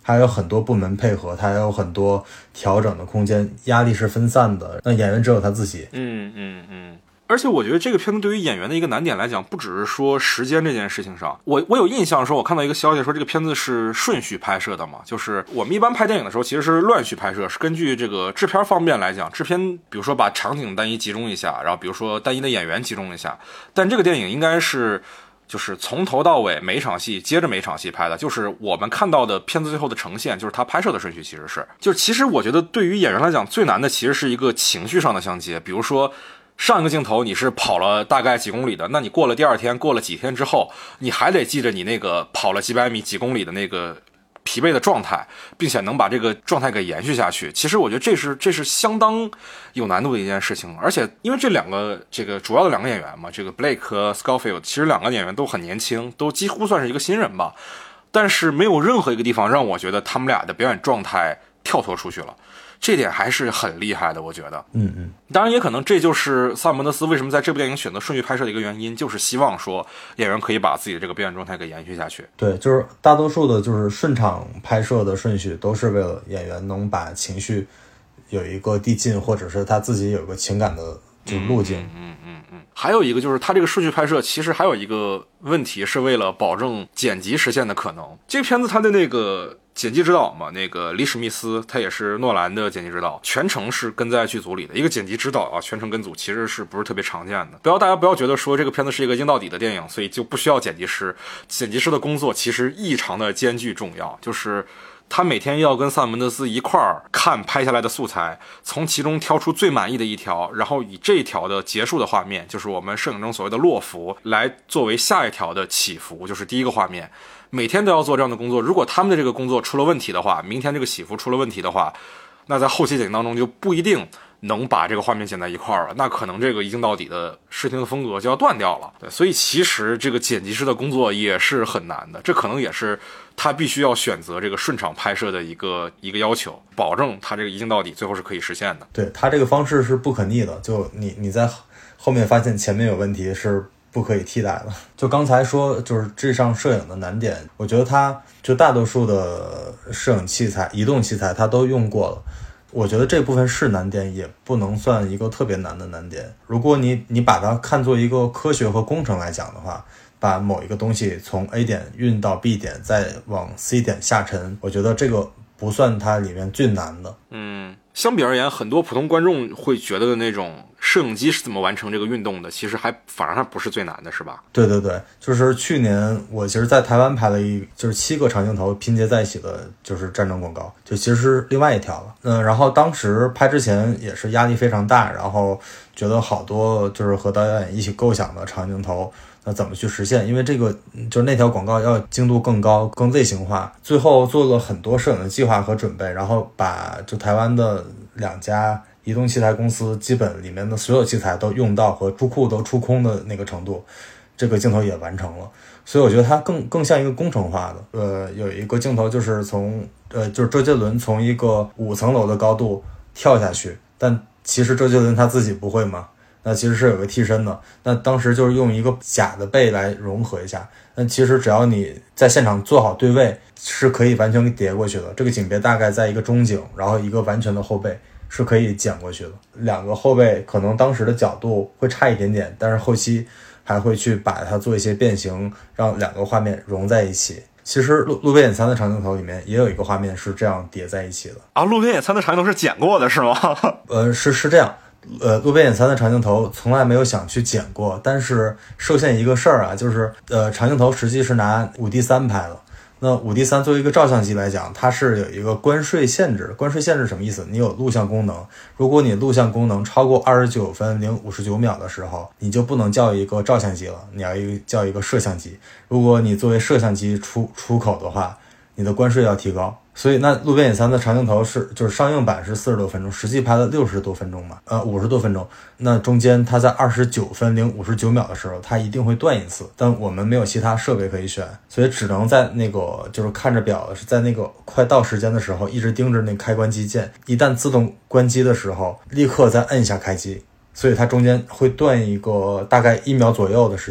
还有很多部门配合，它还有很多调整的空间，压力是分散的，那演员只有他自己。
嗯嗯嗯。而且我觉得这个片子对于演员的一个难点来讲，不只是说时间这件事情上，我我有印象说，我看到一个消息说这个片子是顺序拍摄的嘛，就是我们一般拍电影的时候其实是乱序拍摄，是根据这个制片方面来讲，制片比如说把场景单一集中一下，然后比如说单一的演员集中一下，但这个电影应该是就是从头到尾每一场戏接着每一场戏拍的，就是我们看到的片子最后的呈现，就是他拍摄的顺序其实是，就是其实我觉得对于演员来讲最难的其实是一个情绪上的相接，比如说上一个镜头你是跑了大概几公里的，那你过了第二天过了几天之后，你还得记着你那个跑了几百米几公里的那个疲惫的状态，并且能把这个状态给延续下去。其实我觉得这是这是相当有难度的一件事情，而且因为这两个这个主要的两个演员嘛，这个 Blake 和 Schofield 其实两个演员都很年轻，都几乎算是一个新人吧，但是没有任何一个地方让我觉得他们俩的表演状态跳脱出去了。这点还是很厉害的，我觉得。
嗯嗯，
当然也可能这就是萨姆门德斯为什么在这部电影选择顺序拍摄的一个原因，就是希望说演员可以把自己的这个表演状态给延续下去。
对，就是大多数的就是顺场拍摄的顺序都是为了演员能把情绪有一个递进，或者是他自己有一个情感的就路径。
嗯嗯嗯嗯。还有一个就是他这个顺序拍摄其实还有一个问题，是为了保证剪辑实现的可能。这个片子他的那个剪辑指导嘛，那个李史密斯他也是诺兰的剪辑指导，全程是跟在剧组里的。一个剪辑指导啊，全程跟组其实是不是特别常见的。不要大家不要觉得说这个片子是一个硬到底的电影，所以就不需要剪辑师。剪辑师的工作其实异常的艰巨重要，就是他每天要跟萨姆门德斯一块儿看拍下来的素材，从其中挑出最满意的一条，然后以这一条的结束的画面，就是我们摄影中所谓的落幅，来作为下一条的起伏，就是第一个画面。每天都要做这样的工作，如果他们的这个工作出了问题的话，明天这个起伏出了问题的话，那在后期剪辑当中就不一定能把这个画面剪在一块儿了，那可能这个一镜到底的视听的风格就要断掉了。对，所以其实这个剪辑师的工作也是很难的，这可能也是他必须要选择这个顺场拍摄的一个一个要求，保证他这个一镜到底最后是可以实现的。
对，他这个方式是不可逆的，就你你在后面发现前面有问题是不可以替代的。就刚才说就是这上摄影的难点，我觉得它就大多数的摄影器材移动器材它都用过了，我觉得这部分是难点，也不能算一个特别难的难点。如果你你把它看作一个科学和工程来讲的话，把某一个东西从 A 点运到 B 点再往 C 点下沉，我觉得这个不算它里面最难的。
嗯，相比而言，很多普通观众会觉得的那种摄影机是怎么完成这个运动的，其实还反而还不是最难的，是吧？
对对对，就是去年我其实在台湾拍了一就是七个长镜头拼接在一起的就是战争广告，就其实是另外一条了。嗯，然后当时拍之前也是压力非常大，然后觉得好多就是和导演一起构想的长镜头那怎么去实现，因为这个就是那条广告要精度更高更类型化，最后做了很多摄影的计划和准备，然后把就台湾的两家移动器材公司基本里面的所有器材都用到和出库都出空的那个程度，这个镜头也完成了。所以我觉得它更更像一个工程化的呃，有一个镜头就是从呃就是周杰伦从一个五层楼的高度跳下去，但其实周杰伦他自己不会嘛，那其实是有个替身的，那当时就是用一个假的背来融合一下，那其实只要你在现场做好对位是可以完全给叠过去的。这个景别大概在一个中景，然后一个完全的后背是可以剪过去的，两个后背可能当时的角度会差一点点，但是后期还会去把它做一些变形，让两个画面融在一起。其实路路边野餐的长镜头里面也有一个画面是这样叠在一起的
啊。路边野餐的长镜头是剪过的是吗？
呃，是是这样。呃，路边野餐的长镜头从来没有想去剪过，但是受限一个事儿啊，就是呃，长镜头实际是拿 五 D 三 拍的。那 五 D 三 作为一个照相机来讲，它是有一个关税限制。关税限制什么意思？你有录像功能，如果你录像功能超过二十九分零五十九秒的时候，你就不能叫一个照相机了，你要一个叫一个摄像机。如果你作为摄像机出出口的话，你的关税要提高。所以那路边野餐的长镜头是就是上映版是四十多分钟，实际拍了六十多分钟嘛，呃五十多分钟。那中间它在二十九分零五十九秒的时候，它一定会断一次，但我们没有其他设备可以选，所以只能在那个就是看着表是在那个快到时间的时候一直盯着那开关机键，一旦自动关机的时候，立刻再摁一下开机。所以它中间会断一个大概一秒左右的时间，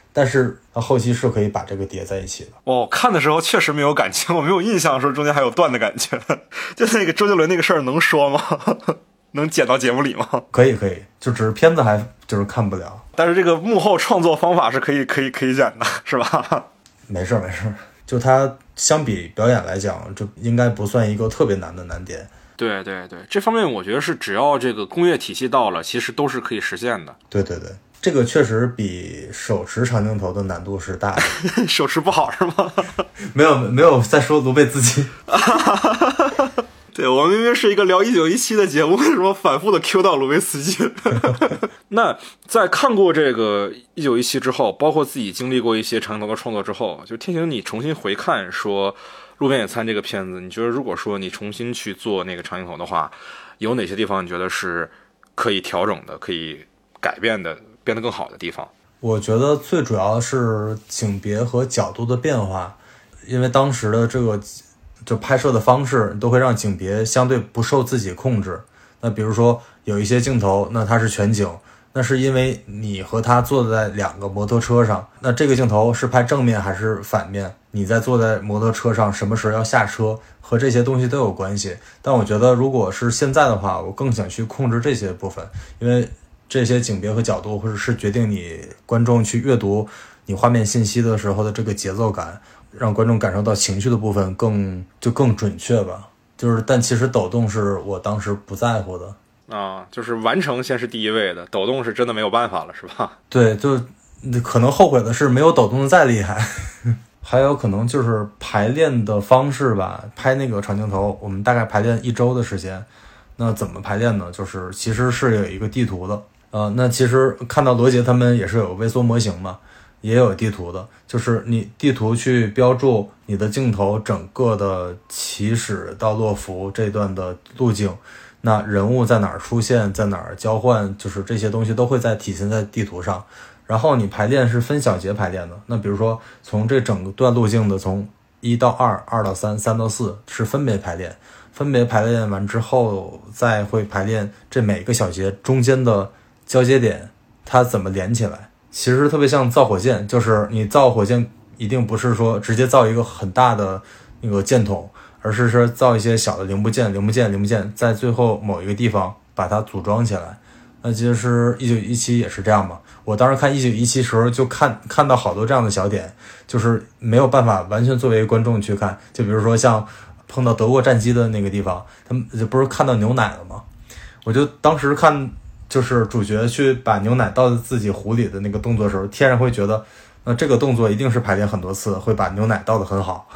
但是它后期是可以把这个叠在一起的。
哦，看的时候确实没有感情，我没有印象说中间还有断的感觉。就那个周杰伦那个事儿能说吗？能剪到节目里吗？
可以可以，就只是片子还就是看不了，
但是这个幕后创作方法是可以可以可以剪的，是吧？
没事没事，就它相比表演来讲，这应该不算一个特别难的难点。
对对对，这方面我觉得是只要这个工业体系到了，其实都是可以实现的。
对对对，这个确实比手持长镜头的难度是大的。
手持不好是吗？
没有没有在说卢贝兹基。
对，我们明明是一个聊一九一七的节目，为什么反复的 Q 到卢贝斯基？那在看过这个一九一七之后，包括自己经历过一些长镜头的创作之后，就天晴你重新回看说路边野餐这个片子，你觉得如果说你重新去做那个长镜头的话，有哪些地方你觉得是可以调整的，可以改变的，变得更好的地方？
我觉得最主要是景别和角度的变化，因为当时的这个就拍摄的方式都会让景别相对不受自己控制。那比如说有一些镜头，那它是全景，那是因为你和他坐在两个摩托车上，那这个镜头是拍正面还是反面，你在坐在摩托车上什么时候要下车，和这些东西都有关系。但我觉得如果是现在的话，我更想去控制这些部分，因为这些景别和角度或者是决定你观众去阅读你画面信息的时候的这个节奏感，让观众感受到情绪的部分更就更准确吧。就是但其实抖动是我当时不在乎的
啊，就是完成先是第一位的，抖动是真的没有办法了，是吧？
对，就可能后悔的是没有抖动的再厉害。还有可能就是排练的方式吧，拍那个长镜头我们大概排练一周的时间。那怎么排练呢？就是其实是有一个地图的，呃，那其实看到罗杰他们也是有微缩模型嘛，也有地图的，就是你地图去标注你的镜头整个的起始到落伏这段的路径，那人物在哪儿出现，在哪儿交换，就是这些东西都会在体现在地图上。然后你排练是分小节排练的，那比如说从这整段路径的从一到二，二到三，三到四是分别排练，分别排练完之后再会排练这每个小节中间的交接点它怎么连起来。其实特别像造火箭，就是你造火箭一定不是说直接造一个很大的那个箭筒，而是说造一些小的零部件零部件零部件在最后某一个地方把它组装起来。那其实一九一七也是这样嘛，我当时看一九一七时候就看看到好多这样的小点，就是没有办法完全作为观众去看。就比如说像碰到德国战机的那个地方，他们就不是看到牛奶了吗？我就当时看就是主角去把牛奶倒在自己壶里的那个动作的时候，天然会觉得那这个动作一定是排练很多次，会把牛奶倒得很好。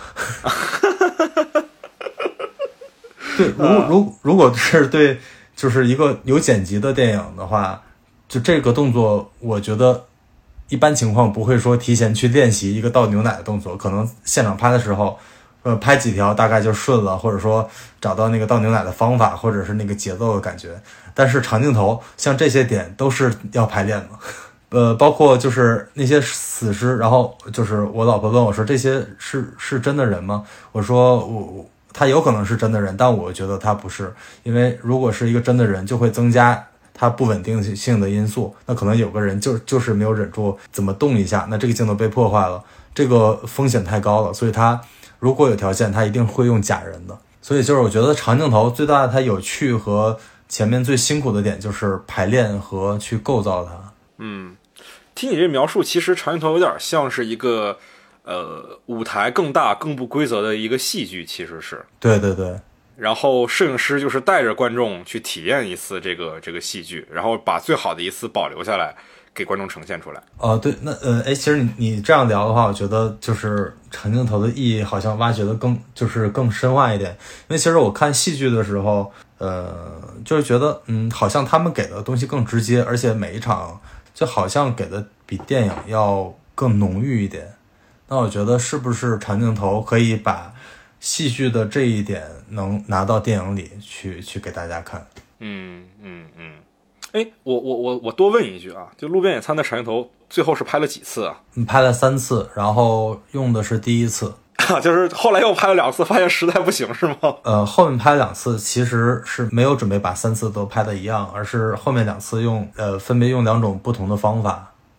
对，如如如果是对就是一个有剪辑的电影的话，就这个动作我觉得一般情况不会说提前去练习一个倒牛奶的动作，可能现场拍的时候呃，拍几条大概就顺了，或者说找到那个倒牛奶的方法，或者是那个节奏的感觉。但是长镜头像这些点都是要排练的，呃，包括就是那些死尸，然后就是我老婆问我说这些是是真的人吗？我说我他有可能是真的人，但我觉得他不是，因为如果是一个真的人，就会增加它不稳定性的因素，那可能有个人就就是没有忍住怎么动一下，那这个镜头被破坏了，这个风险太高了，所以他如果有条件他一定会用假人的。所以就是我觉得长镜头最大的它有趣和前面最辛苦的点就是排练和去构造它。
嗯，听你这描述，其实长镜头有点像是一个呃舞台更大更不规则的一个戏剧，其实是。对
对对。
然后摄影师就是带着观众去体验一次这个这个戏剧，然后把最好的一次保留下来给观众呈现出来。
哦、呃，对，那呃，哎，其实你你这样聊的话，我觉得就是长镜头的意义好像挖掘的更就是更深化一点。因为其实我看戏剧的时候，呃，就是觉得嗯，好像他们给的东西更直接，而且每一场就好像给的比电影要更浓郁一点。那我觉得是不是长镜头可以把戏剧的这一点能拿到电影里去去给大家看？
嗯嗯嗯。哎，我我我我多问一句啊，就路边野餐的长镜头最后是拍了几次啊？
拍了三次，然后用的是第一次。
就是后来又拍了两次，发现实在不行是吗？
呃，后面拍两次其实是没有准备把三次都拍的一样，而是后面两次用呃分别用两种不同的方法。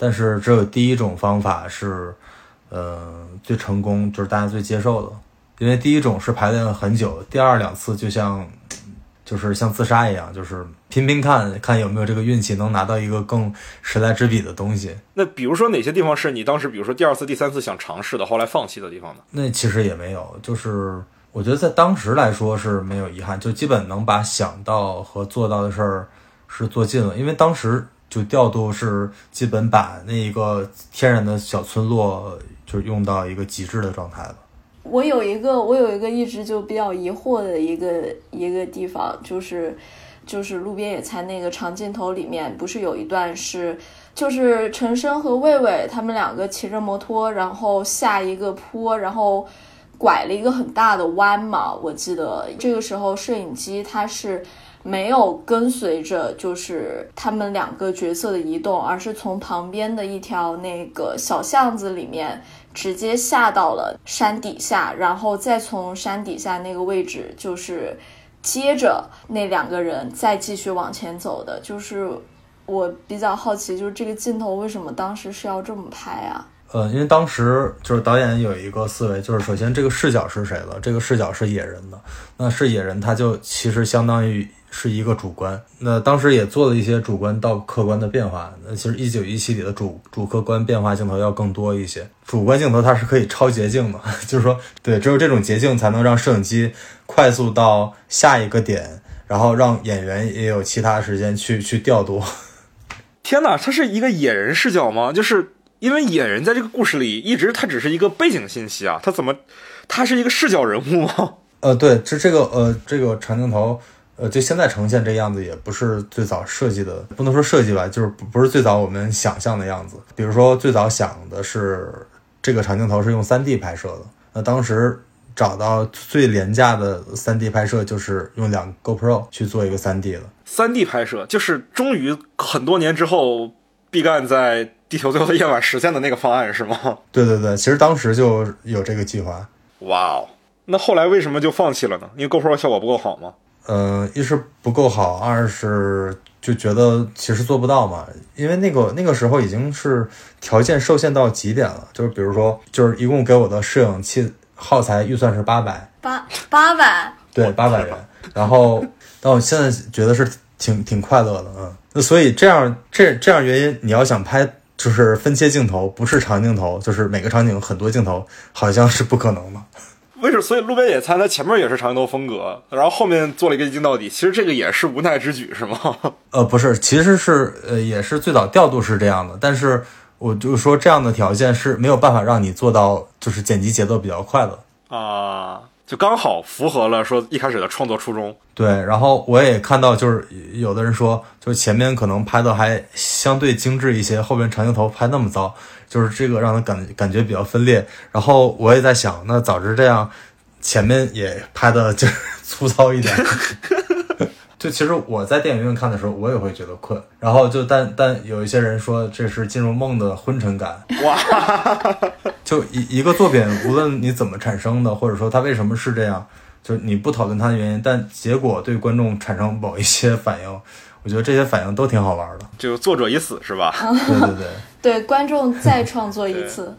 但是只有第一种方法是呃最成功，就是大家最接受的。因为第一种是排练了很久，第二两次就像就是像自杀一样，就是拼拼看看有没有这个运气能拿到一个更时来之笔的东西。
那比如说哪些地方是你当时比如说第二次第三次想尝试的后来放弃的地方呢？
那其实也没有，就是我觉得在当时来说是没有遗憾，就基本能把想到和做到的事儿是做尽了。因为当时就调度是基本把那一个天然的小村落就用到一个极致的状态了。
我有一个我有一个一直就比较疑惑的一个一个地方，就是就是路边野餐那个长镜头里面不是有一段是就是陈升和魏魏他们两个骑着摩托然后下一个坡，然后拐了一个很大的弯嘛，我记得这个时候摄影机它是没有跟随着就是他们两个角色的移动，而是从旁边的一条那个小巷子里面直接下到了山底下，然后再从山底下那个位置就是接着那两个人再继续往前走的。就是我比较好奇，就是这个镜头为什么当时是要这么拍啊？
呃，因为当时就是导演有一个思维，就是首先这个视角是谁了？这个视角是野人的，那是野人，他就其实相当于是一个主观。那当时也做了一些主观到客观的变化。那其实一九一七里的主主客观变化镜头要更多一些。主观镜头它是可以超捷径的，就是说，对，只有这种捷径才能让摄影机快速到下一个点，然后让演员也有其他时间去去调度。
天哪，它是一个野人视角吗？就是因为野人在这个故事里一直他只是一个背景信息啊，他怎么他是一个视角人物吗？
呃，对，这这个呃这个长镜头，呃，就现在呈现这样子也不是最早设计的，不能说设计吧，就是不不是最早我们想象的样子。比如说最早想的是这个长镜头是用 三 D 拍摄的，那当时找到最廉价的 三 D 拍摄就是用两个 GoPro 去做一个 三 D 的。
三 D 拍摄就是终于很多年之后毕赣在地球最后的夜晚实现的那个方案是吗？
对对对，其实当时就有这个计划。
哇哦，那后来为什么就放弃了呢？因为 GoPro 效果不够好吗？
呃，一是不够好，二是就觉得其实做不到嘛，因为那个那个时候已经是条件受限到极点了，就是比如说，就是一共给我的摄影器耗材预算是八百，
八八百，
对，八百元。然后，但我现在觉得是挺挺快乐的，嗯。那所以这样这这样原因，你要想拍就是分切镜头，不是长镜头，就是每个场景很多镜头，好像是不可能的。
为什么？所以路边野餐它前面也是长镜头风格，然后后面做了一个一镜到底，其实这个也是无奈之举是吗？
呃，不是，其实是呃也是最早调度是这样的，但是我就说这样的条件是没有办法让你做到就是剪辑节奏比较快的
啊，就刚好符合了说一开始的创作初衷。
对，然后我也看到就是有的人说，就是前面可能拍的还相对精致一些，后边长镜头拍那么糟，就是这个让他感感觉比较分裂。然后我也在想，那早知这样，前面也拍的就是粗糙一点。就其实我在电影院看的时候，我也会觉得困，然后就但但有一些人说这是进入梦的昏沉感。
哇，
就一一个作品，无论你怎么产生的，或者说它为什么是这样，就是你不讨论它的原因，但结果对观众产生某一些反应，我觉得这些反应都挺好玩的。
就作者已死是吧？
对对对，
对，观众再创作一次。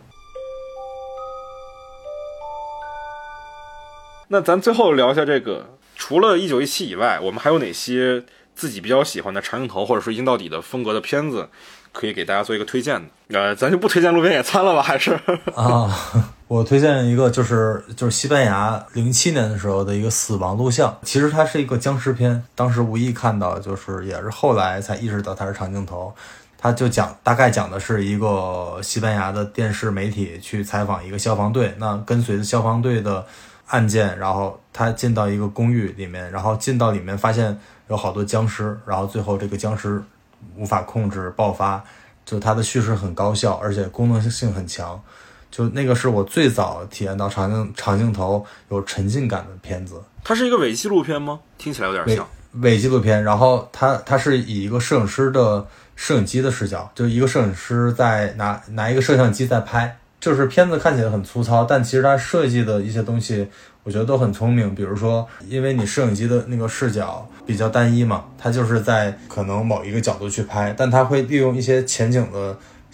那咱最后聊一下这个，除了一九一七以外，我们还有哪些自己比较喜欢的长镜头或者说一镜到底的风格的片子可以给大家做一个推荐的？呃，咱就不推荐路边野餐了吧？还是
啊，我推荐一个就是就是西班牙零七年的时候的一个死亡录像，其实它是一个僵尸片，当时无意看到，就是也是后来才意识到它是长镜头。他就讲大概讲的是一个西班牙的电视媒体去采访一个消防队，那跟随着消防队的案件，然后他进到一个公寓里面，然后进到里面发现有好多僵尸，然后最后这个僵尸无法控制爆发，就它的叙事很高效，而且功能性很强。就那个是我最早体验到长镜长镜头有沉浸感的片子。
它是一个伪纪录片吗？听起来有点像
伪, 伪纪录片，然后它它是以一个摄影师的摄影机的视角，就一个摄影师在拿拿一个摄像机在拍，就是片子看起来很粗糙，但其实它设计的一些东西我觉得都很聪明。比如说因为你摄影机的那个视角比较单一嘛，它就是在可能某一个角度去拍，但它会利用一些前景的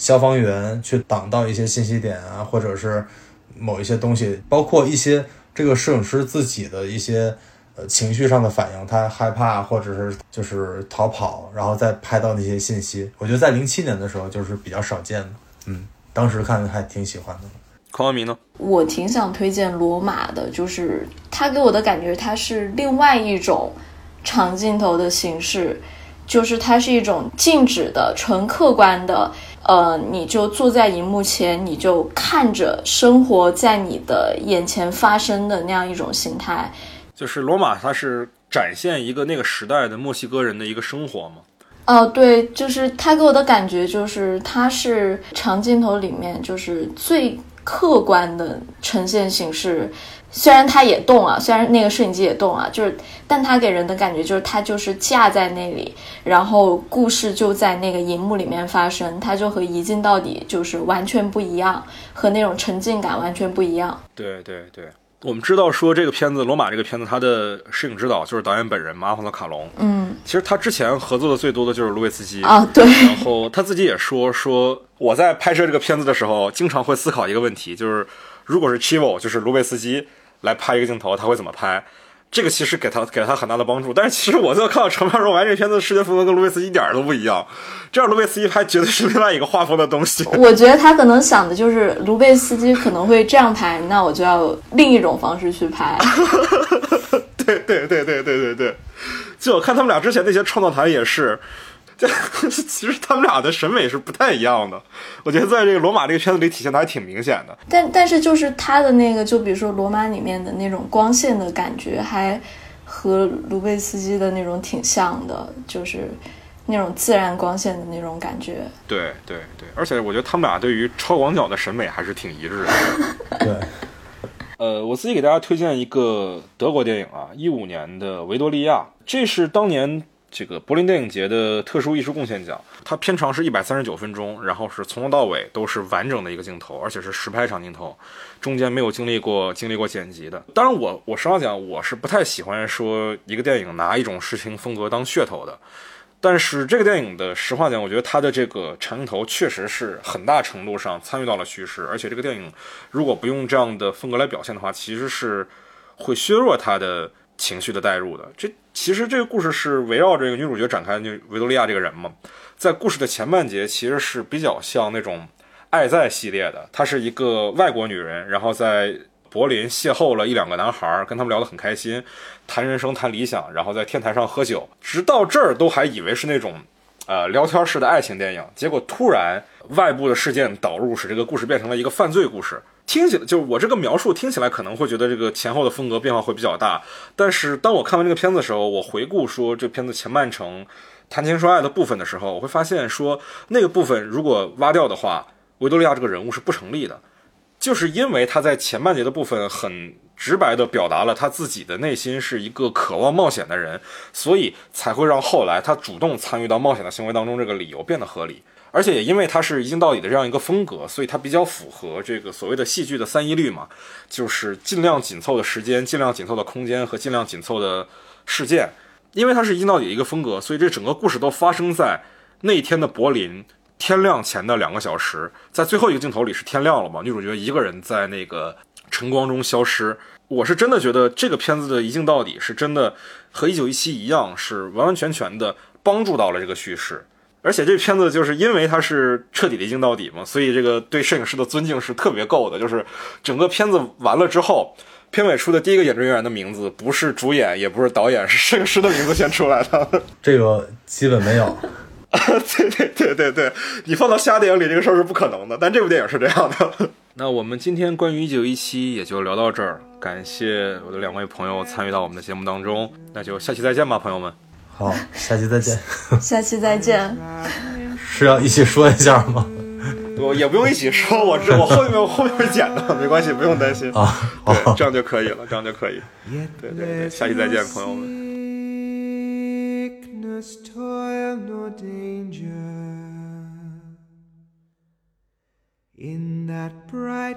消防员去挡到一些信息点啊，或者是某一些东西，包括一些这个摄影师自己的一些呃情绪上的反应，他害怕或者是就是逃跑，然后再拍到那些信息。我觉得在零七年的时候就是比较少见的，嗯，当时看还挺喜欢的。
康文迷呢？
我挺想推荐罗马的，就是它给我的感觉，它是另外一种长镜头的形式，就是它是一种静止的、纯客观的，呃，你就坐在荧幕前，你就看着生活在你的眼前发生的那样一种形态。
就是罗马，它是展现一个那个时代的墨西哥人的一个生活吗？
哦，对，就是它给我的感觉就是它是长镜头里面就是最客观的呈现形式，虽然它也动啊，虽然那个摄影机也动啊，就是但它给人的感觉就是它就是架在那里，然后故事就在那个荧幕里面发生，它就和一镜到底就是完全不一样，和那种沉浸感完全不一样。
对对对，我们知道说这个片子罗马这个片子，它的摄影指导就是导演本人马法罗卡隆。
嗯，
其实他之前合作的最多的就是卢贝斯基
啊，对。
然后他自己也说说我在拍摄这个片子的时候，经常会思考一个问题，就是如果是 Chivo 就是卢贝斯基来拍一个镜头，他会怎么拍？这个其实给他给了他很大的帮助。但是其实我最后看到成片之后，完这个片子的视觉风格跟卢贝斯基一点都不一样。这样卢贝斯基拍绝对是另外一个画风的东西。
我觉得他可能想的就是卢贝斯基可能会这样拍，那我就要另一种方式去拍。
对对对对对对对，就我看他们俩之前那些创作团也是。其实他们俩的审美是不太一样的，我觉得在这个罗马这个片子里体现的还挺明显的。
但但是就是他的那个，就比如说罗马里面的那种光线的感觉，还和卢贝斯基的那种挺像的，就是那种自然光线的那种感觉。
对对对，而且我觉得他们俩对于超广角的审美还是挺一致的。
对。
呃，我自己给大家推荐一个德国电影啊，一五年的《维多利亚》，这是当年这个柏林电影节的特殊艺术贡献奖，它片长是一百三十九分钟，然后是从头到尾都是完整的一个镜头，而且是实拍长镜头，中间没有经历过经历过剪辑的。当然我我实话讲，我是不太喜欢说一个电影拿一种视听风格当噱头的，但是这个电影的实话讲，我觉得它的这个长镜头确实是很大程度上参与到了叙事，而且这个电影如果不用这样的风格来表现的话，其实是会削弱它的情绪的带入的。这其实这个故事是围绕着这个女主角展开，就维多利亚这个人嘛。在故事的前半节其实是比较像那种爱在系列的，她是一个外国女人，然后在柏林邂逅了一两个男孩，跟他们聊得很开心，谈人生谈理想，然后在天台上喝酒，直到这儿都还以为是那种呃聊天式的爱情电影，结果突然外部的事件导入，使这个故事变成了一个犯罪故事。听起来就我这个描述听起来可能会觉得这个前后的风格变化会比较大，但是当我看完这个片子的时候，我回顾说这片子前半程谈情说爱的部分的时候，我会发现说那个部分如果挖掉的话，维多利亚这个人物是不成立的，就是因为他在前半节的部分很直白地表达了他自己的内心是一个渴望冒险的人，所以才会让后来他主动参与到冒险的行为当中这个理由变得合理。而且也因为它是一镜到底的这样一个风格，所以它比较符合这个所谓的戏剧的三一律嘛，就是尽量紧凑的时间、尽量紧凑的空间和尽量紧凑的事件。因为它是一镜到底的一个风格，所以这整个故事都发生在那一天的柏林天亮前的两个小时。在最后一个镜头里是天亮了嘛，女主角一个人在那个晨光中消失。我是真的觉得这个片子的一镜到底是真的和一九一七一样，是完完全全的帮助到了这个叙事。而且这片子就是因为它是彻底的一镜到底嘛，所以这个对摄影师的尊敬是特别够的。就是整个片子完了之后，片尾出的第一个演职人员的名字不是主演也不是导演，是摄影师的名字先出来的。
这个基本没有。
对对对对对，你放到其他电影里这个事儿是不可能的，但这部电影是这样的。那我们今天关于一九一七也就聊到这儿，感谢我的两位朋友参与到我们的节目当中，那就下期再见吧，朋友们。
好，下期再见。
下期再见。
是要一起说一下吗？
我也不用一起说，我这我后面我后面会剪的，没关系，不用担心
啊。
对，这样就可以了，这样就可以。对对对，下期再见，朋友们。In that bright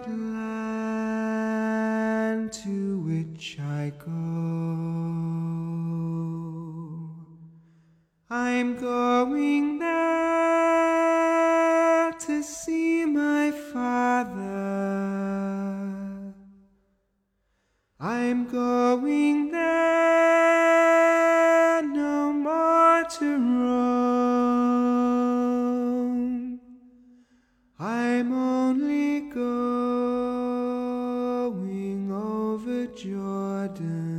land to which I go, I'm going there to see
going there no more to roam. I'm only going over Jordan.